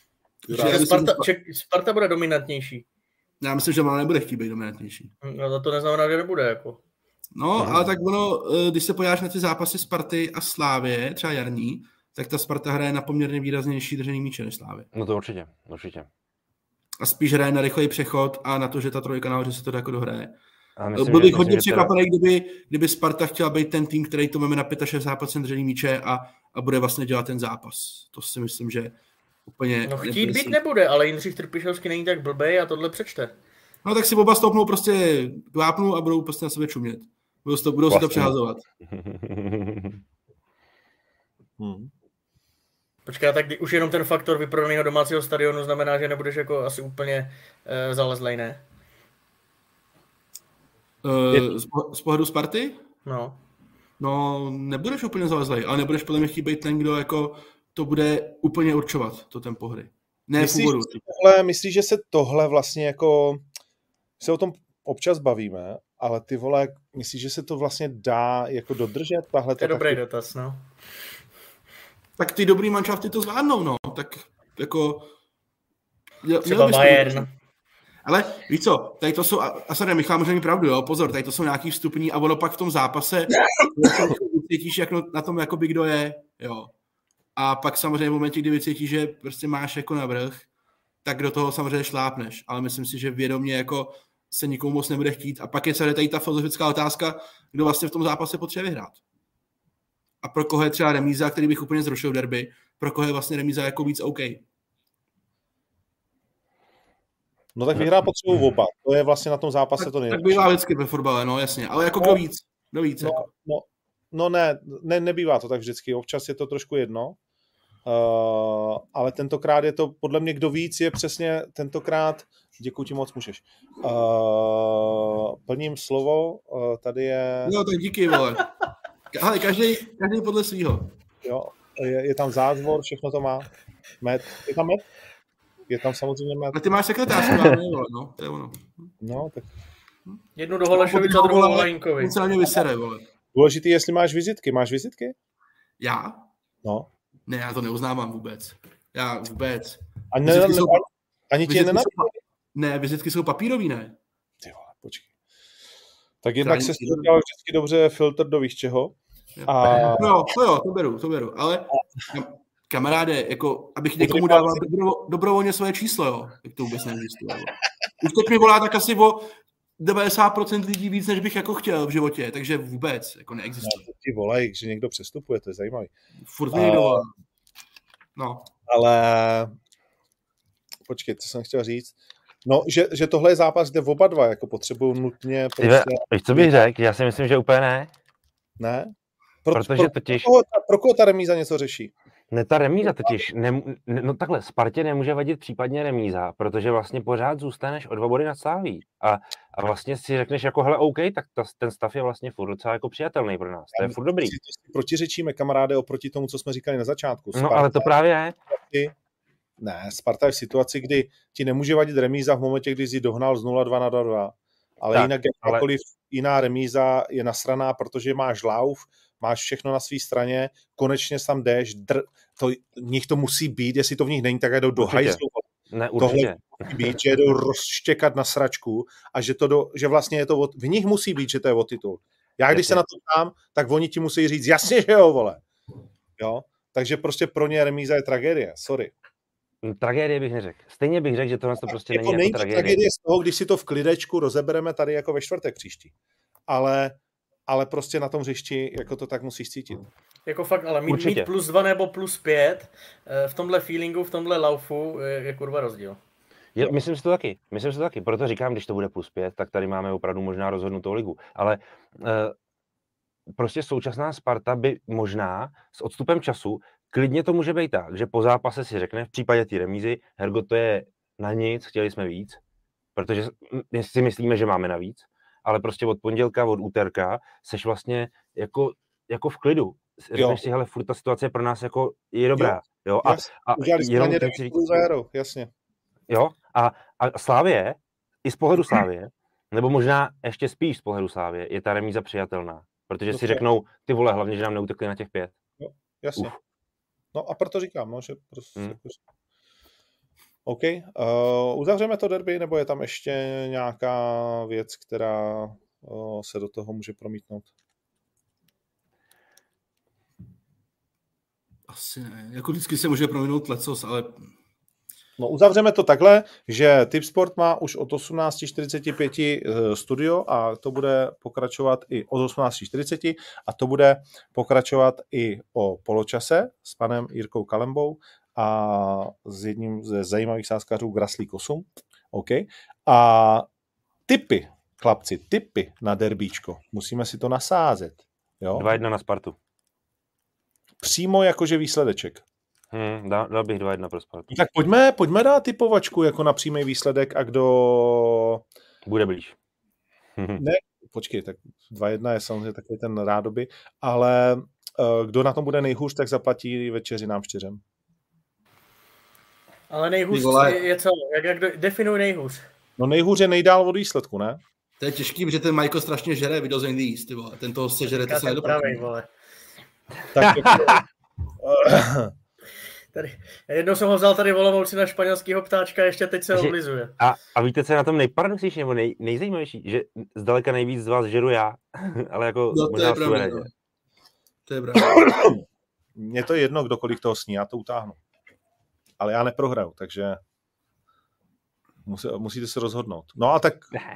Sparta bude dominantnější. Já myslím, že ona nebude chtít být dominantnější. No to neznamená, že nebude. Jako. No, ale tak ono, když se podíváš na ty zápasy Sparty a Slávie, třeba jarní, tak ta Sparta hraje na poměrně výraznější držený míče než Slávie. No to určitě. A spíš hraje na rychlej přechod a na to, že ta trojka nahoře se to jako dohraje. Byl bych hodně překvapený, kdyby Sparta chtěla být ten tým, který to máme na 65% držený míče a bude vlastně dělat ten zápas. To si myslím, že úplně... No chtít být nebude, ale Jindřich Trpišovský není tak blbej a tohle přečte. No tak si oba stoupnou prostě kvápnou a budou prostě na sebe čumět. Budou si to přehazovat. Počkej, tak už jenom ten faktor vyprodaného domácího stadionu znamená, že nebudeš jako asi úplně zalezlej, ne? Z pohledu Sparty? No, nebudeš úplně zalezlej, ale nebudeš podle mě chtít být ten, kdo jako to bude úplně určovat, to tempo hry. Ne v úvodu. Myslíš, že se tohle vlastně jako, se o tom občas bavíme, ale ty vole, myslíš, že se to vlastně dá jako dodržet? To je dobrý dotaz, no. Tak ty dobrý manšafty to zvládnou, no. Tak jako... Třeba Bayern. Ale víš co, tady to jsou, a sorry, Michal může mít pravdu, jo, pozor, tady to jsou nějaký vstupní a ono pak v tom zápase cítíš jak na tom, jakoby kdo je, jo. A pak samozřejmě v momentě, kdy vycítíš, že prostě máš jako navrch, tak do toho samozřejmě šlápneš, ale myslím si, že vědomě jako se nikomu moc nebude chtít a pak je celé tady ta filozofická otázka, kdo vlastně v tom zápase potřebuje vyhrát. A pro koho je třeba remíza, který bych úplně zrušil v derby, pro koho je vlastně remíza jako víc OK. No tak vyhrát potřebují oba. To je vlastně na tom zápase to nejlepší. Tak bývá vždycky ve fotbale, no jasně. Ale jako kdo víc? Nebývá to tak vždycky. Občas je to trošku jedno. Ale tentokrát je to, podle mě, kdo víc je přesně tentokrát, děkuji ti moc, můžeš. Plním slovo, tady je... No tak díky, vole. Ale každý podle svýho. Jo, je tam zázvor, všechno to má. Met. Je tam met? Je tam samozřejmě met. Ale ty máš sekretářku, no, to je ono. No, tak... Jednu do Holešovic a druhou Holajinkovi. On se na mě vysere, vole. Důležitý, jestli máš vizitky. Máš vizitky? Já? No. Ne, já to neuznávám vůbec. Já vůbec. Ani ti je nenabídli? Ne, vizitky jsou papírový, ne? Ty vole, počkej. Tak jednak se dělal vždycky dobře filtr do víš čeho. No, to beru. Ale kamaráde, jako, abych někomu dával dobrovolně svoje číslo, jo. Tak to vůbec neexistuje. Už teď mi volá tak asi o 90% lidí víc, než bych jako chtěl v životě, takže vůbec jako neexistuje. No, ti volají, že někdo přestupuje, to je zajímavý. Furt mi někdo volá. No. Ale počkej, co jsem chtěl říct. No, že tohle je zápas, kde oba dva jako potřebují nutně... Víš, co bych řekl? Já si myslím, že úplně ne. Ne? Pro koho ta remíza něco řeší? Ne, ta remíza totiž, no takhle, Spartě nemůže vadit případně remíza, protože vlastně pořád zůstaneš o 2 body nad Slaví. A vlastně si řekneš jako, hele, OK, tak ten stav je vlastně furt docela jako přijatelný pro nás. To je furt dobrý. Protiřečíme, kamaráde, oproti tomu, co jsme říkali na začátku. No, ale to právě je. Ne, Sparta je v situaci, kdy ti nemůže vadit remíza v momentě, kdy jsi dohnal z 0-2 na 2-2. Ale tak, jinak jakákoliv jiná remíza je nasraná, protože máš lauf, máš všechno na své straně, konečně tam jdeš, nich to musí být, jestli to v nich není, tak jdou do hajzlu. Ne, určitě. Tohle musí být, že jdou rozštěkat na sračku a že vlastně je to v nich musí být, že to je o titul. Já když se na to ptám, tak oni ti musí říct, jasně, že jo, vole. Jo? Takže prostě pro ně remíza je tragédie, sorry. Tragédie bych neřekl. Stejně bych řekl, že tohle to prostě není jako tragédie. Tragédie z toho, když si to v klidečku rozebereme tady jako ve čtvrtek příští. Ale ale prostě na tom hřišti jako to tak musíš cítit. Jako fakt, ale mít +2 nebo +5 v tomhle feelingu, v tomhle laufu je kurva rozdíl. Myslím si to taky. Proto říkám, když to bude +5, tak tady máme opravdu možná rozhodnutou ligu. Ale prostě současná Sparta by možná s odstupem času klidně to může být tak, že po zápase si řekne v případě té remízy, Hergo, to je na nic, chtěli jsme víc, protože si myslíme, že máme navíc, ale prostě od pondělka, od úterka seš vlastně jako v klidu. Řekneš si, hele, furt ta situace pro nás jako je dobrá. Jo? A udělali jsme jasně. Jo, a Slavie, i z pohledu Slavie, nebo možná ještě spíš z pohledu Slavie, je ta remíza přijatelná. Protože si řeknou, ty vole, hlavně, že nám neutekli na těch 5. Jo, jasně. No a proto říkám, no, že prostě... OK. Uzavřeme to derby, nebo je tam ještě nějaká věc, která se do toho může promítnout? Asi ne. Jako vždycky se může promítnout lecos, ale... No uzavřeme to takhle, že Tipsport má už od 18:45 studio a to bude pokračovat i od 18:40 a to bude pokračovat i o poločase s panem Jirkou Kalembou a s jedním ze zajímavých sázkařů Graslík 8. OK. A tipy, chlapci, tipy na derbíčko. Musíme si to nasázet. Jo? 2-1 na Spartu. Přímo jakože výsledeček. Dal bych 2-1 pro Spartu. Tak pojďme dát typovačku jako na přímý výsledek a kdo... Bude blíž. Ne, počkej, tak 2-1 je samozřejmě takový ten rádoby, ale kdo na tom bude nejhůř, tak zaplatí večeři nám 4. Ale nejhůř je co? Jak definuj nejhůř? No nejhůř je nejdál od výsledku, ne? To je těžký, protože ten Majko strašně žere Videos in the East, ty vole. Ten toho sežere, to se nedopraví. Tak tady. Jednou jsem ho vzal tady v Olomouci na španělského ptáčka, ještě teď se oblizuje. A víte, co je na tom nejparadoxnější nebo nejzajímavější? Že zdaleka nejvíc z vás žeru já, ale jako možná suverénně. To je pravda. Mně to je jedno, kdokoliv toho sní, já to utáhnu. Ale já neprohraju, takže musíte se rozhodnout. No a tak...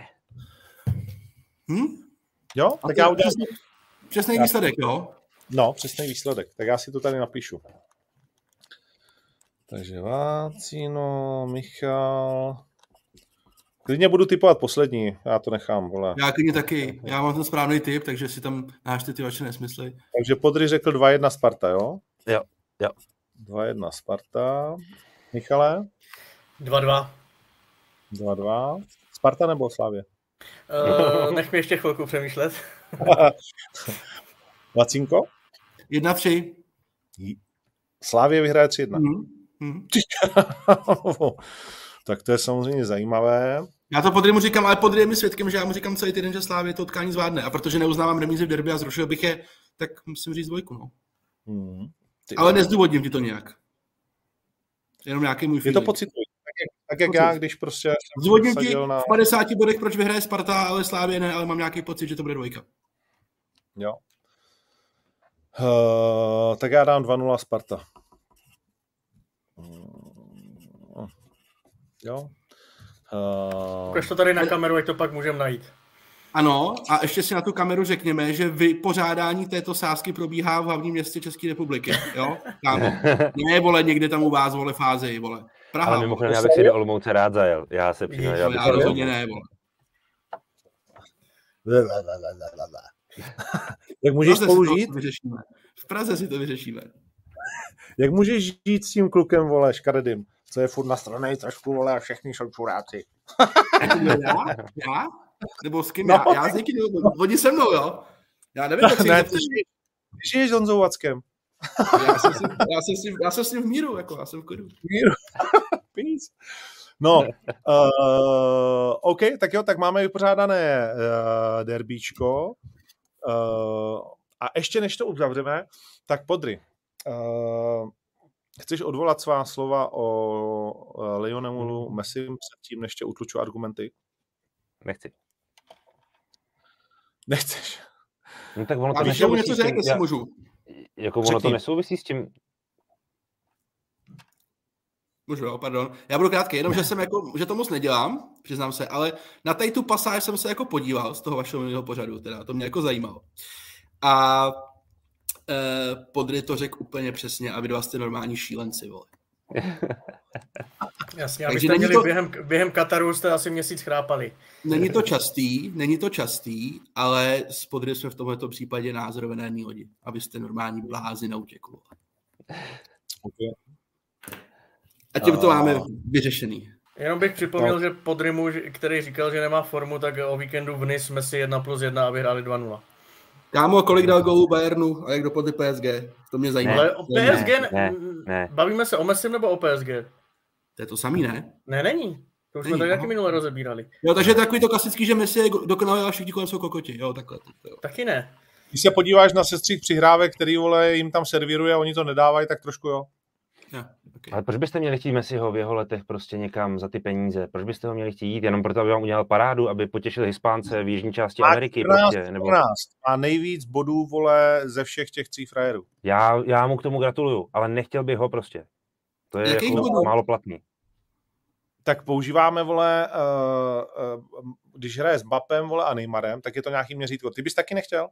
Jo? Tak já udělám... Přesný výsledek, jo? No, přesný výsledek. Tak já si to tady napíšu. Takže Vácino, Michal... Klidně budu typovat poslední, já to nechám, vole. Já klidně taky, já mám ten správný typ, takže si tam náš ty vaše nesmysly. Takže Podry řekl 2-1 Sparta, jo? Jo. 2-1 Sparta. Michale? 2-2. 2-2. Sparta nebo Slavie? Nech mi ještě chvilku přemýšlet. Vacínko? 1-3. Slavie vyhraje 3-1. Tak to je samozřejmě zajímavé. Já to Podrymu říkám, ale Podry je mi svědkem, že já mu říkám celý týden, že Slavie to utkání zvládne. A protože neuznávám remízy v derby a zrušil bych je, tak musím říct 2, no. Ale nezdůvodním ti to nějak. Jenom nějaký můj feeling. Je to pocitový. Tak jak já, když prostě... Zdůvodním ti v 50 bodech, proč vyhraje Sparta, ale Slavie ne, ale mám nějaký pocit, že to bude 2. Jo. Tak já dám 2-0 Sparta. Jo. Ukaž to tady na kameru, jak to pak můžeme najít. Ano, a ještě si na tu kameru řekněme, že vypořádání této sázky probíhá v hlavním městě České republiky, jo? Kámo. Ne, vole, někde tam u vás, vole, fázi, vole. Praha. Ale mimochodem, já bych si do Olomouce rád zajel. Já se přiznám, já rozhodně ne, vole. Jak můžeš spolu žít? V Praze si to vyřešíme. Jak můžeš žít s tím klukem, vole, škaredým, co je furt na straně trošku, vole, a všichni jsou čuráci. Já? Nebo s kým? No. Já s někým, oni se mnou, jo? Já nevím, jak ne, ty žiješ s Honzou Vackem. Já jsem s ním v míru, jako, já jsem v klidu. Míru. Peace. No, OK, tak jo, tak máme vypořádané derbíčko. A ještě než to uzavřeme, tak Podry. Chceš odvolat svá slova o Lionelu Messim předtím, než tě utluču argumenty? Nechci. Nechceš? No tak ono to nesouvisí s tím, jako ono to nesouvisí s tím. Můžu, jo, pardon. Já budu krátký, jenom že to moc nedělám, přiznám se, ale na tady tu pasáž jsem se jako podíval z toho vašeho minulého pořadu, teda to mě jako zajímalo. A Podry to řekl úplně přesně a vy dva jste normální šílenci, vole. Jasně, abyste měli to... během Kataru jste asi měsíc chrápali. Není to častý, ale s Podry jsme v tomto případě názorové na jedné lodi, abyste normální blázi na útěku. Okay. A tím to máme vyřešený. Jenom bych připomněl, že Podrymu, který říkal, že nemá formu, tak o víkendu v Nice jsme si 1+1 a vyhráli 2-0. Kámo, kolik dal gólů Bayernu a jak dopadly PSG? To mě zajímá. Ale o PSG ne. Bavíme se o Messim nebo o PSG? To je to samý, ne? Ne, není. To už jsme tady taky minule rozebírali. Jo, takže takový to klasický, že Messi je dokonalý a všichni kolem jsou kokoti. Jo, takhle. Jo. Taky ne. Když se podíváš na sestřih přihrávek, který vole jim tam servíruje a oni to nedávají, tak trošku jo. Yeah, okay. Ale proč byste měli chtít Messiho v jeho letech prostě někam za ty peníze? Proč byste ho měli chtít jít? Jenom proto, aby vám udělal parádu, aby potěšil Hispánce v jižní části Ameriky? 14, prostě, nebo... A nejvíc bodů, vole, ze všech těch 3 frajerů. Já mu k tomu gratuluju, ale nechtěl bych ho prostě. To je jako málo platný. Tak používáme, vole, když hraje s Mbappem, vole, a Neymarem, tak je to nějaký měřítko. Ty bys taky nechtěl?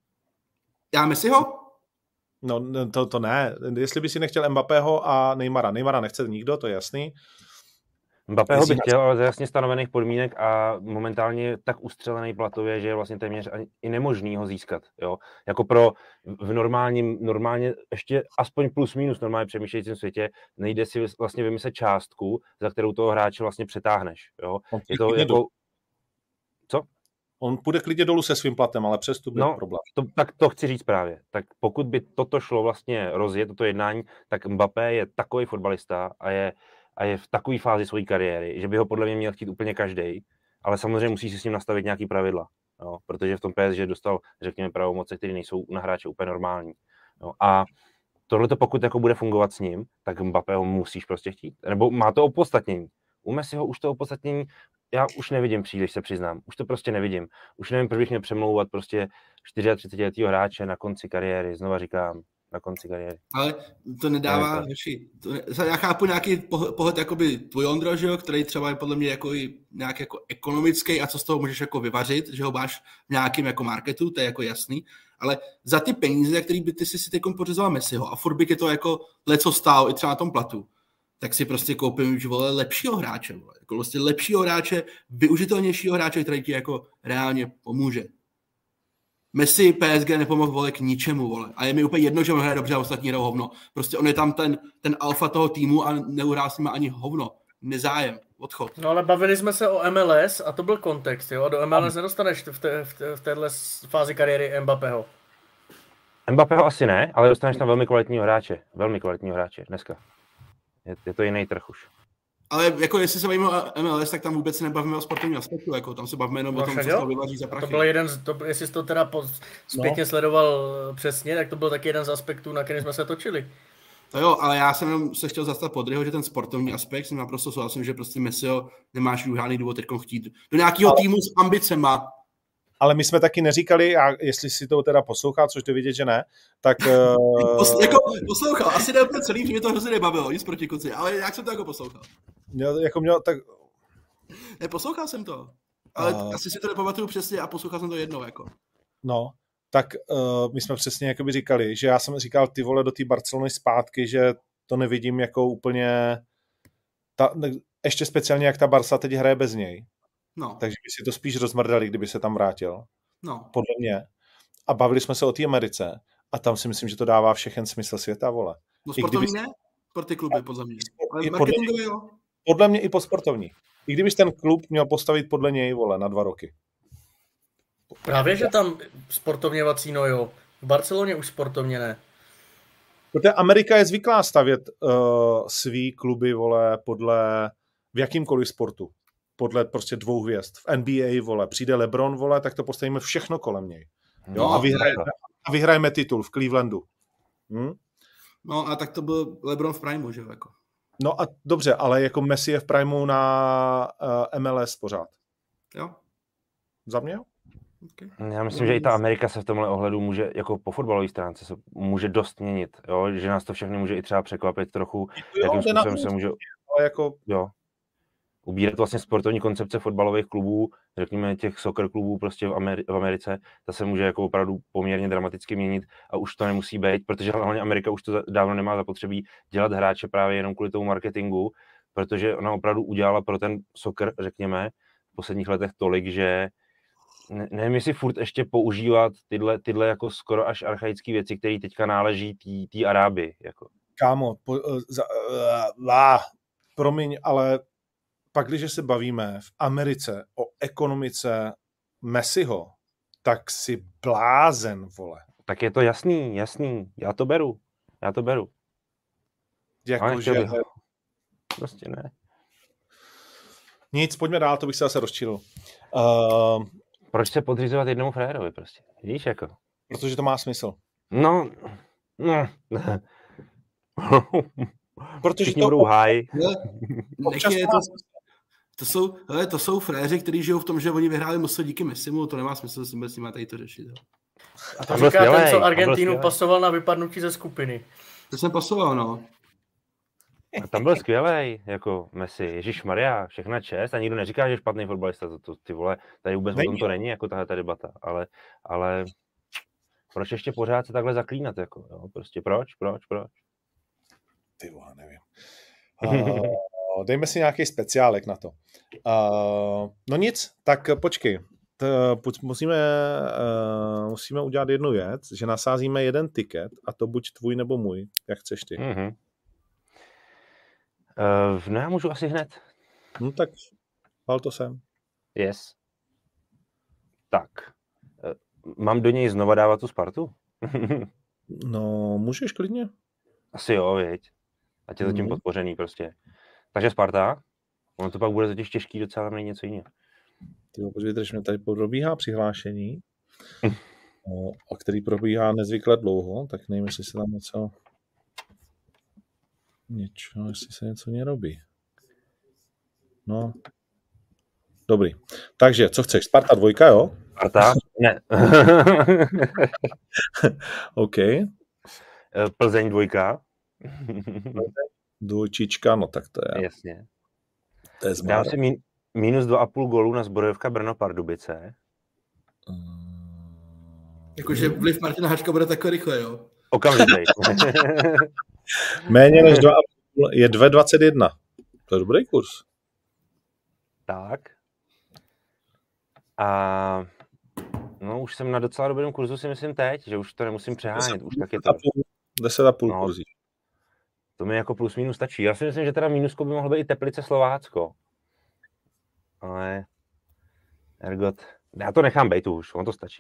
Já Messiho? No, to ne. Jestli by si nechtěl Mbappého a Neymara. Neymara nechce nikdo, to je jasný. Mbappého bych chtěl, ale za jasně stanovených podmínek a momentálně tak ustřelený platově, že je vlastně téměř i nemožný ho získat. Jo? Jako v normálně ještě aspoň plus minus normálně přemýšlejícím světě nejde si vlastně vymyslet částku, za kterou toho hráče vlastně přetáhneš. Jo? Je to jako... Co? On půjde klidně dolů se svým platem, ale přestup je problém. Tak to chci říct právě. Tak pokud by toto šlo vlastně rozjet, toto jednání, tak Mbappé je takový fotbalista a je v takové fázi své kariéry, že by ho podle mě měl chtít úplně každej, ale samozřejmě musí si s ním nastavit nějaký pravidla, jo? Protože v tom PSG dostal, řekněme, pravomoce, které nejsou na hráče úplně normální. Jo? A tohle pokud jako bude fungovat s ním, tak Mbappého musíš prostě chtít. Nebo má to opodstatnění. U Messiho už to opodstatnění já už nevidím příliš, se přiznám. Už to prostě nevidím. Už nevím, proč bych měl přemlouvat prostě 34letého hráče na konci kariéry. Znova říkám, na konci kariéry. Ale to nedává větší. Já chápu nějaký pohled jakoby tvůj Ondro, že jo, který třeba je podle mě jako nějak jako ekonomický a co z toho můžeš jako vyvařit, že ho máš v nějakým jako marketu, to je jako jasný. Ale za ty peníze, který by ty si teď pořizoval Messiho a furt by to jako leco stál i třeba na tom platu, tak si prostě koupím už, vole, lepšího hráče, vole. Jako vlastně lepšího hráče, využitelnějšího hráče, který ti jako reálně pomůže. Messi PSG nepomohl, vole, k ničemu, vole. A je mi úplně jedno, že on hraje dobře a ostatní hrajou hovno. Prostě on je tam ten alfa toho týmu a neuhrál s nimi ani hovno. Nezájem, odchod. No ale bavili jsme se o MLS a to byl kontext, jo? A do MLS nedostaneš v téhle fázi kariéry Mbappého. Mbappého asi ne, ale dostaneš tam velmi kvalitního hráče dneska. Je to jiný trh už. Ale jako jestli se bavíme o MLS, tak tam vůbec se nebavíme o sportovním aspektu, jako tam se bavíme jenom o tom, co se vyvaří za prachy. To byl jeden jestli jsi to teda zpětně sledoval přesně, tak to byl taky jeden z aspektů, na který jsme se točili. To jo, ale já jsem jenom se chtěl zastat Podryho, že ten sportovní aspekt jsem naprosto souhlasím, že prostě Messiho nemáš žádný důvod teďkom chtít do nějakého týmu s ambicema. Ale my jsme taky neříkali, a jestli si to teda poslouchá, což to vidět, že ne, tak... jako poslouchal, asi ne úplně celý, že mě to hrozně nebavilo, nic proti kuci, ale jak jsem to jako poslouchal? Tak... Neposlouchal jsem to, ale asi si to nepamatuju přesně a poslouchal jsem to jednou, jako. No, tak my jsme přesně jakoby říkali, že já jsem říkal ty vole do té Barcelony zpátky, že to nevidím jako úplně... ještě speciálně, jak ta Barca teď hraje bez něj. No. Takže by si to spíš rozmrdali, kdyby se tam vrátil. No. Podle mě. A bavili jsme se o té Americe. A tam si myslím, že to dává všechen smysl světa, vole. No sportovní ne? Pro ty kluby, podle mě. Podle mě i po sportovní. I kdybys ten klub měl postavit podle něj, vole, na 2 roky. Právě, že tam sportovně vacíno, jo. V Barceloně už sportovně ne. Protože Amerika je zvyklá stavět svý kluby, vole, podle v jakýmkoliv sportu. Podle prostě 2 hvězd. V NBA, vole, přijde LeBron, vole, tak to postavíme všechno kolem něj. Jo? No, a vyhrajeme titul v Clevelandu. No a tak to byl LeBron v primu, že jo? Jako. No a dobře, ale jako Messi je v primu na MLS pořád. Jo. Za mě? Okay. Já myslím, že i ta Amerika se v tomhle ohledu může, jako po fotbalové stránce, se může dost měnit, jo? Že nás to všechny může i třeba překvapit trochu, jakým způsobem se může... ale jako... Jo. Ubírat vlastně sportovní koncepce fotbalových klubů, řekněme těch soccer klubů prostě v Americe, ta se může jako opravdu poměrně dramaticky měnit a už to nemusí být, protože hlavně Amerika už to dávno nemá zapotřebí dělat hráče právě jenom kvůli tomu marketingu, protože ona opravdu udělala pro ten soccer, řekněme, v posledních letech tolik, že nevím, jestli furt ještě používat tyhle jako skoro až archaické věci, které teďka náleží té Arábii. Jako. Kámo, promiň, ale pak, když se bavíme v Americe o ekonomice Messiho, tak si blázen, vole. Tak je to jasný, já to beru. Jakože... Prostě ne. Nic, pojďme dál, to bych se zase rozčilil. Proč se podřizovat jednomu frajerovi prostě? Víš, jako? Protože to má smysl. No. Protože všichni budou háj. To jsou fréři, kteří žijou v tom, že oni vyhráli muso díky Messimu, to nemá smysl s nimi tady to řešit. A to říká ten, co Argentínu pasoval na vypadnutí ze skupiny. To jsem pasoval, no. A tam byl skvělej, jako Messi, ježišmarja, všechna čest a nikdo neříká, že je špatný fotbalista, ty vole, tady vůbec o tom to není, jako tahle debata, ale proč ještě pořád se takhle zaklínat, jako, jo, prostě proč? Ty vole, nevím. Dejme si nějaký speciálek na to. No nic, tak počkej. Musíme udělat jednu věc, že nasázíme jeden tiket a to buď tvůj nebo můj, jak chceš ty. Mm-hmm. No já můžu asi hned. No tak, pál to sem. Yes. Tak. Mám do něj znova dávat tu Spartu? No, můžeš klidně. Asi jo, viď. Ať je to tím podpořený prostě. Takže Sparta, ono to pak bude totiž těžký docela mít něco jiného. Tyjo, počkejte, že mě tady probíhá přihlášení, o který probíhá nezvykle dlouho, tak nevím, jestli se tam jestli se něco nerobí. No. Dobrý. Takže, co chceš? Sparta 2, jo? Sparta? Ne. OK. Plzeň 2. Dvojčička, no tak to je. Jasně. To je dám si minus 2,5 gólů na Zbrojovka Brno Pardubice. Jakože vliv Martina Hačka bude takhle rychle, jo? Okamžitej. Méně než 2,5 je 2,21. To je dobrý kurz. Tak. A no už jsem na docela dobrém kurzu, si myslím teď, že už to nemusím přehánět. Už tak je to. 10,5 kurzí. To mi jako plus minus stačí. Já si myslím, že teda mínusko by mohlo být i Teplice Slovácko. Ale ergot, já to nechám bejt už, on to stačí.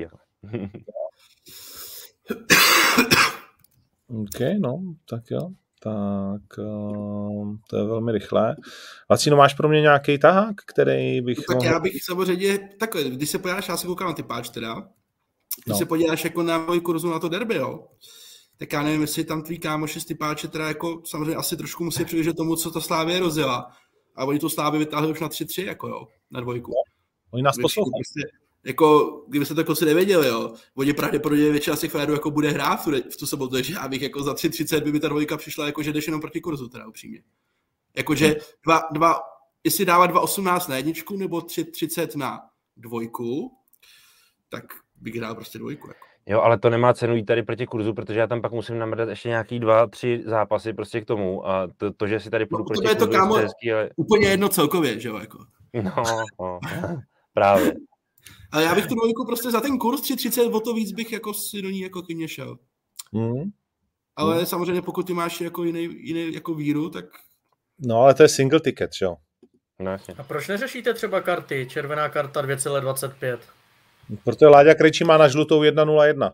OK, no, tak jo. Tak to je velmi rychlé. Lacino, máš pro mě nějaký tahák, který bych... No, tak já bych samozřejmě, takhle, když se podíváš, já se koukám na ty páč teda, když se podíváš jako na můj kurzu na to derby, jo, tak já nevím, jestli tam tví kámoši z ty páče teda jako samozřejmě asi trošku musí přivěřit tomu, co ta Slávie rozjela. A oni tu Slávii vytáhli už na 3-3, jako jo, na 2. Oni nás poslouchají. Jako, kdyby se to kluci nevěděli, jo, oni pravděpodobně většina z těch frérů jako bude hrát v tu sobotu, takže já bych jako za 3,30 by mi ta 2 přišla, jako že jdeš jenom proti kurzu, teda upřímně. Jakože jestli dávat 2,18 na 1 nebo 3,30 na 2, tak bych hrál prostě 2. Jako. Jo, ale to nemá cenu jít tady proti kurzu, protože já tam pak musím namrdat ještě nějaký 2-3 zápasy prostě k tomu a to že si tady půjdu proti kurzu, to kámo, hezký, ale... úplně jedno celkově, že jo, jako. No, právě. Ale já bych tu 2 prostě za ten kurz 3,30 o to víc bych jako si do ní jako klidně šel. Ale samozřejmě pokud ty máš jako jiný jako víru, tak... No ale to je single ticket, že jo? No, jasně. A proč neřešíte třeba karty? Červená karta 2,25. Protože Láďa Krejčí má na žlutou 1,01.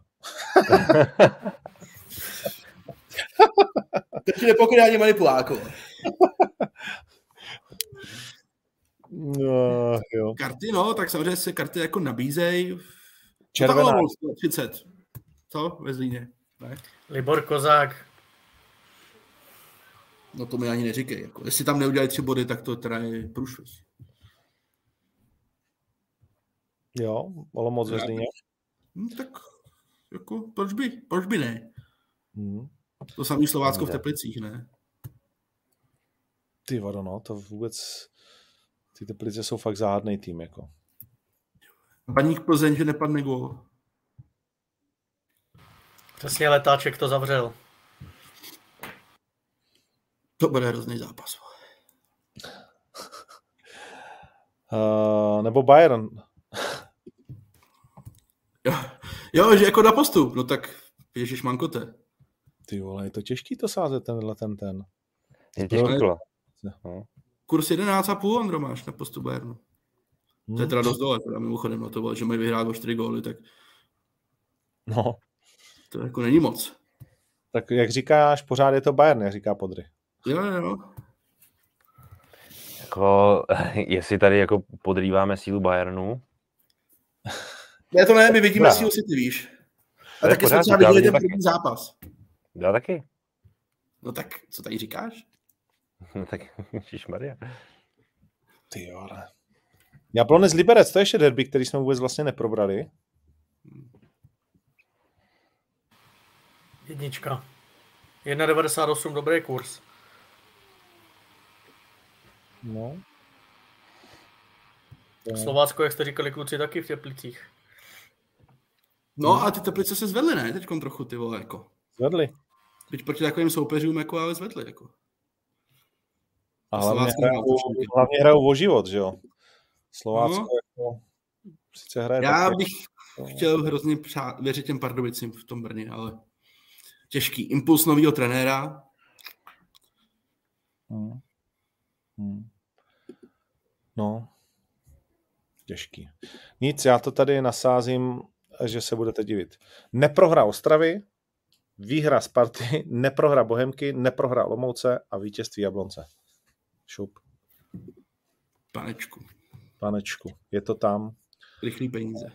To ti nepokydání manipuláků. No, jo. Karty, no, tak samozřejmě se karty jako nabízejí. Červená. 30. Co? Ve Zlíně. Ne? Libor Kozák. No to mi ani neříkej. Jako. Jestli tam neudělají 3 body, tak to teda je průšvih. Jo, Olomouc ve Zlíně. Tak jako, proč by ne? To samý Slovácko v Teplicích, ne? Ty vado, no, to vůbec... Ty Teplice jsou fakt záhadný tým, jako. Baník Plzeň, že nepadne gól. Přesně Letáček to zavřel. To bude hrozný zápas. Nebo Bayern. Jo, že jako na postup. No tak ježišmankote. Ty vole, je to těžký to sázet ten. Je těžký kolo. No. Kurz 11,5, Ondro, máš na postup Bayernu. To je teda dost dole, teda mimochodem na to, že mají vyhrát o 4 góly, tak No. to jako není moc. Tak jak říkáš, pořád je to Bayern, jak říká Podry. Jo. Jako, jestli tady jako podrýváme sílu Bayernu. Ne, to ne, my vidíme sílu City, víš. A taky jsme třeba viděli ten první zápas. Já taky. No tak, co tady říkáš? No tak, ježišmarja. Ty jo, ale... Jablonec Liberec, to je ještě derby, který jsme vůbec vlastně neprobrali. 1. 1,98, dobrý kurz. No. Slovácko, jak jste říkali kluci, taky v Teplicích. No a ty Teplice se zvedly, ne? Teďkon trochu, ty vole, jako. Zvedli. Byť proti takovým soupeřům, jako, ale zvedli, jako. A hlavně hrajou o život, že jo? Slovácko jako sice hraje... Já bych chtěl hrozně věřit těm Pardubicím v tom Brně, ale těžký. Impuls novýho trenéra. No, těžký. Nic, já to tady nasázím, že se budete divit. Neprohra Ostravy, výhra Sparty, neprohra Bohemky, neprohra Olomouce a vítězství Jablonce. Šup. Panečku. Je to tam. Rychlý peníze.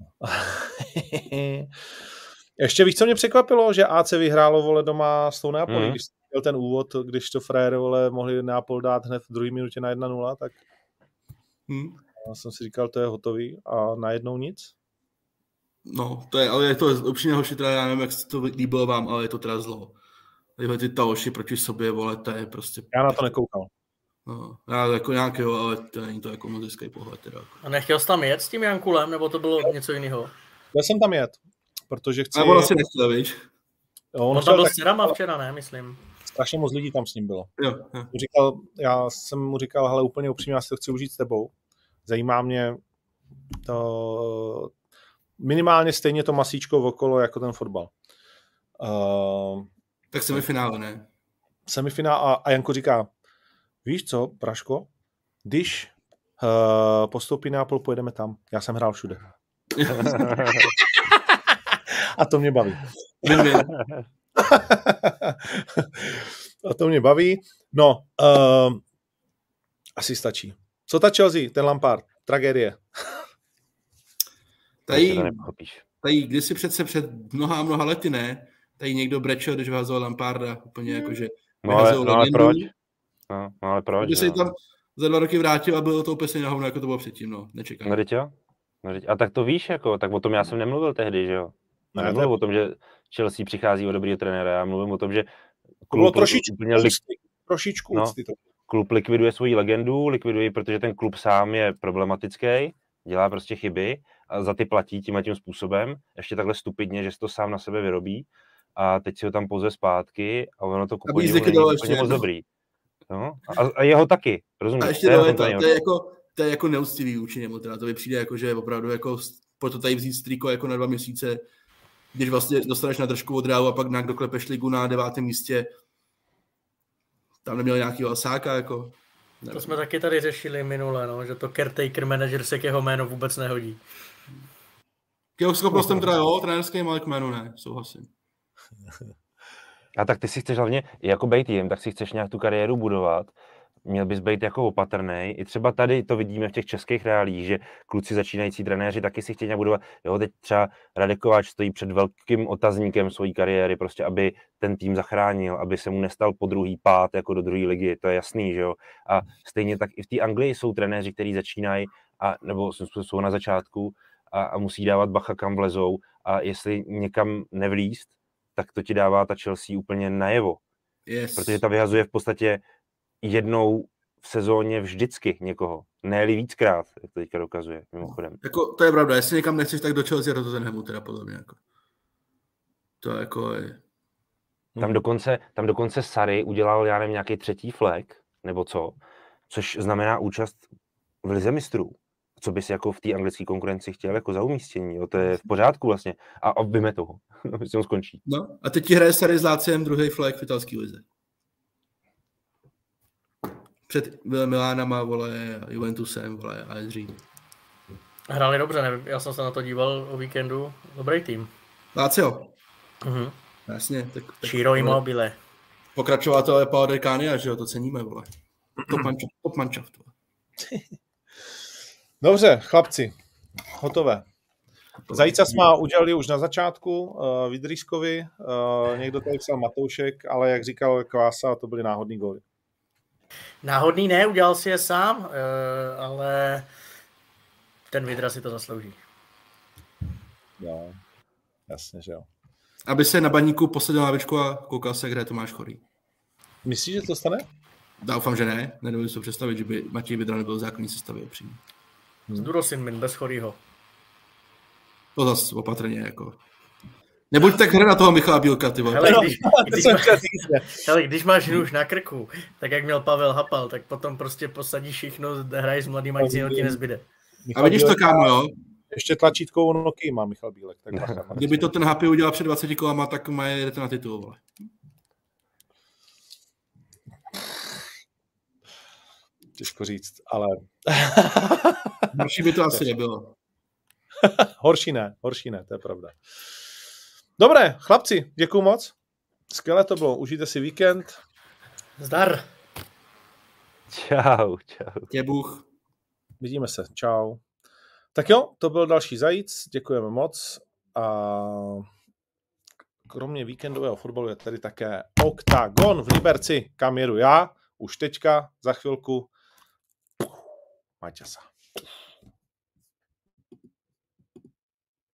Ještě víš, co mě překvapilo, že AC vyhrálo, vole, doma s tou Neapolí. Když měl ten úvod, když to frajer, vole, mohli Neapol dát hned v druhé minutě na 1-0, tak já jsem si říkal, to je hotový a najednou nic. No, ale je to upřímně hoši, teda já nevím, jak se to líbilo vám, ale je to teda zlo. Ty taoši proti sobě, vole, to je prostě... Já na to nekoukal. No, já jako nějakého, ale to není to jako muzický pohled. Teda. A nechtěl jsi tam jet s tím Jankulem, nebo to bylo něco jiného? Já jsem tam jet, protože chci... A on asi nechtěl, víš? On tam byl s dcerama včera, ne, myslím. Strašně moc lidí tam s ním bylo. Jo. Já jsem mu říkal, hele, úplně upřímně, já si to chci užít s tebou. Zajímá mě to minimálně stejně to masíčko okolo jako ten fotbal. Tak semifinále, ne? Semifinál a Janko říká, víš co, Praško, když postoupí Neapol, pojedeme tam. Já jsem hrál všude. A to mě baví. A to mě baví. No, asi stačí. Co ta Chelsea, ten Lampard? Tragédie. Tady kdysi přece před mnoha lety, ne? Tady někdo brečel, když vyhazoval Lamparda. Úplně jako, že ale proč? No, ale proč? Když se tam za 2 roky vrátil a bylo to úplně stejně na hovno, jako to bylo předtím, no. Nečekám. No, a tak to víš, jako, tak o tom já jsem nemluvil tehdy, že jo? Nemluvil o tom, že Chelsea přichází o dobrýho trenéra, já mluvím o tom, že klub trošičku úcty. Klub likviduje svoji legendu, protože ten klub sám je problematický, dělá prostě chyby a za ty platí tím způsobem, ještě takhle stupidně, že si to sám na sebe vyrobí a teď si ho tam pozve zpátky a ono to kupodivu není úplně moc dobrý. No? A jeho taky, rozumíš? A ještě to je jako neúctivý vůči němu, teda to mi přijde jako, že opravdu jako proto tady vzít strýko jako na 2 měsíce, když vlastně dostaneš na držku od Realu a pak nějak doklepeš ligu na 9. místě, tam neměl nějakýho Asáka, jako... Nevím. To jsme taky tady řešili minule, no, že to caretaker manager se k jeho jménu vůbec nehodí. K jeho schopnostem teda jo, trenérským, ale k jménu ne, souhlasím. A tak ty si chceš hlavně, jako bejt jim, tak si chceš nějak tu kariéru budovat, měl bys být jako opatrnej. I třeba tady to vidíme v těch českých reálích, že kluci začínající trenéři taky si chtějí nějak budovat. Jo, teď třeba Radek Kováč stojí před velkým otazníkem své kariéry, prostě aby ten tým zachránil, aby se mu nestal po druhý pád jako do druhé ligy, to je jasný, že jo. A stejně tak i v té Anglii jsou trenéři, kteří začínají, nebo jsou na začátku a musí dávat bacha, kam vlezou, a jestli někam nevlízt, tak to ti dává ta Chelsea úplně najevo. Yes. Protože ta vyhazuje v podstatě jednou v sezóně vždycky někoho. Ne-li víckrát, jak to teďka dokazuje, mimochodem. Jako, to je pravda, jestli někam nechceš, tak do Chelsea do Tottenhamu teda podle mě. Jako. To jako je... Tam dokonce Sarri udělal, já nevím, nějaký 3. flag, nebo co, což znamená účast v Lize mistrů. Co bys jako v té anglické konkurenci chtěl jako za umístění, jo? To je v pořádku vlastně. A vyme toho, když on skončí. No, a teď ti hraje Sarri s Láciem 2. flag v italské lize. Před Milánama, vole, Juventusem, vole, a Edří. Hráli dobře, nevím, já jsem se na to díval o víkendu. Dobrý tým. Lazio. Mhm. Jasně. Tak Ciro Immobile. Pokračovatel je Paolo Del Cania, že jo, to ceníme, vole. Top manšaft. Dobře, chlapci, hotové. Zajíca jsme udělali už na začátku, Vydrýskovi, někdo tady psal Matoušek, ale jak říkal Kvása, to byly náhodný góly. Náhodný ne, udělal si je sám, ale ten Vidra si to zaslouží. Jo, jasně, že jo. Aby se na baníku posadil na lavičku a koukal se, kde Tomáš Chorý. Myslíš, že to stane? Doufám, že ne. Nedovedu si to představit, že by Matěj Vidra nebyl v základní sestavě přímo. S Durosinmin, bez Chorýho. To zase opatrně, jako. Nebuď tak hra na toho Michala Bílka, ty vole. Hele, když máš nůž na krku, tak jak měl Pavel Hapal, tak potom prostě posadíš všechno, hraješ s mladým a nic jiného ti nezbyde. A vidíš to, kámo, jo? Ještě tlačítkovou noky má Michal Bílek. Tak kdyby to ten Happy udělal před 20 kolama, tak jdete na titul, vole. Těžko říct, ale... Horší by to asi nebylo. Horší ne, to je pravda. Dobré, chlapci, děkuju moc. Skvěle to bylo, užijte si víkend. Zdar. Čau. Je Bůh. Vidíme se, čau. Tak jo, to byl další Zajíc, děkujeme moc. A kromě víkendového fotbalu je tady také Oktagon v Liberci, kam jedu já, už teďka, za chvilku. Maťasa.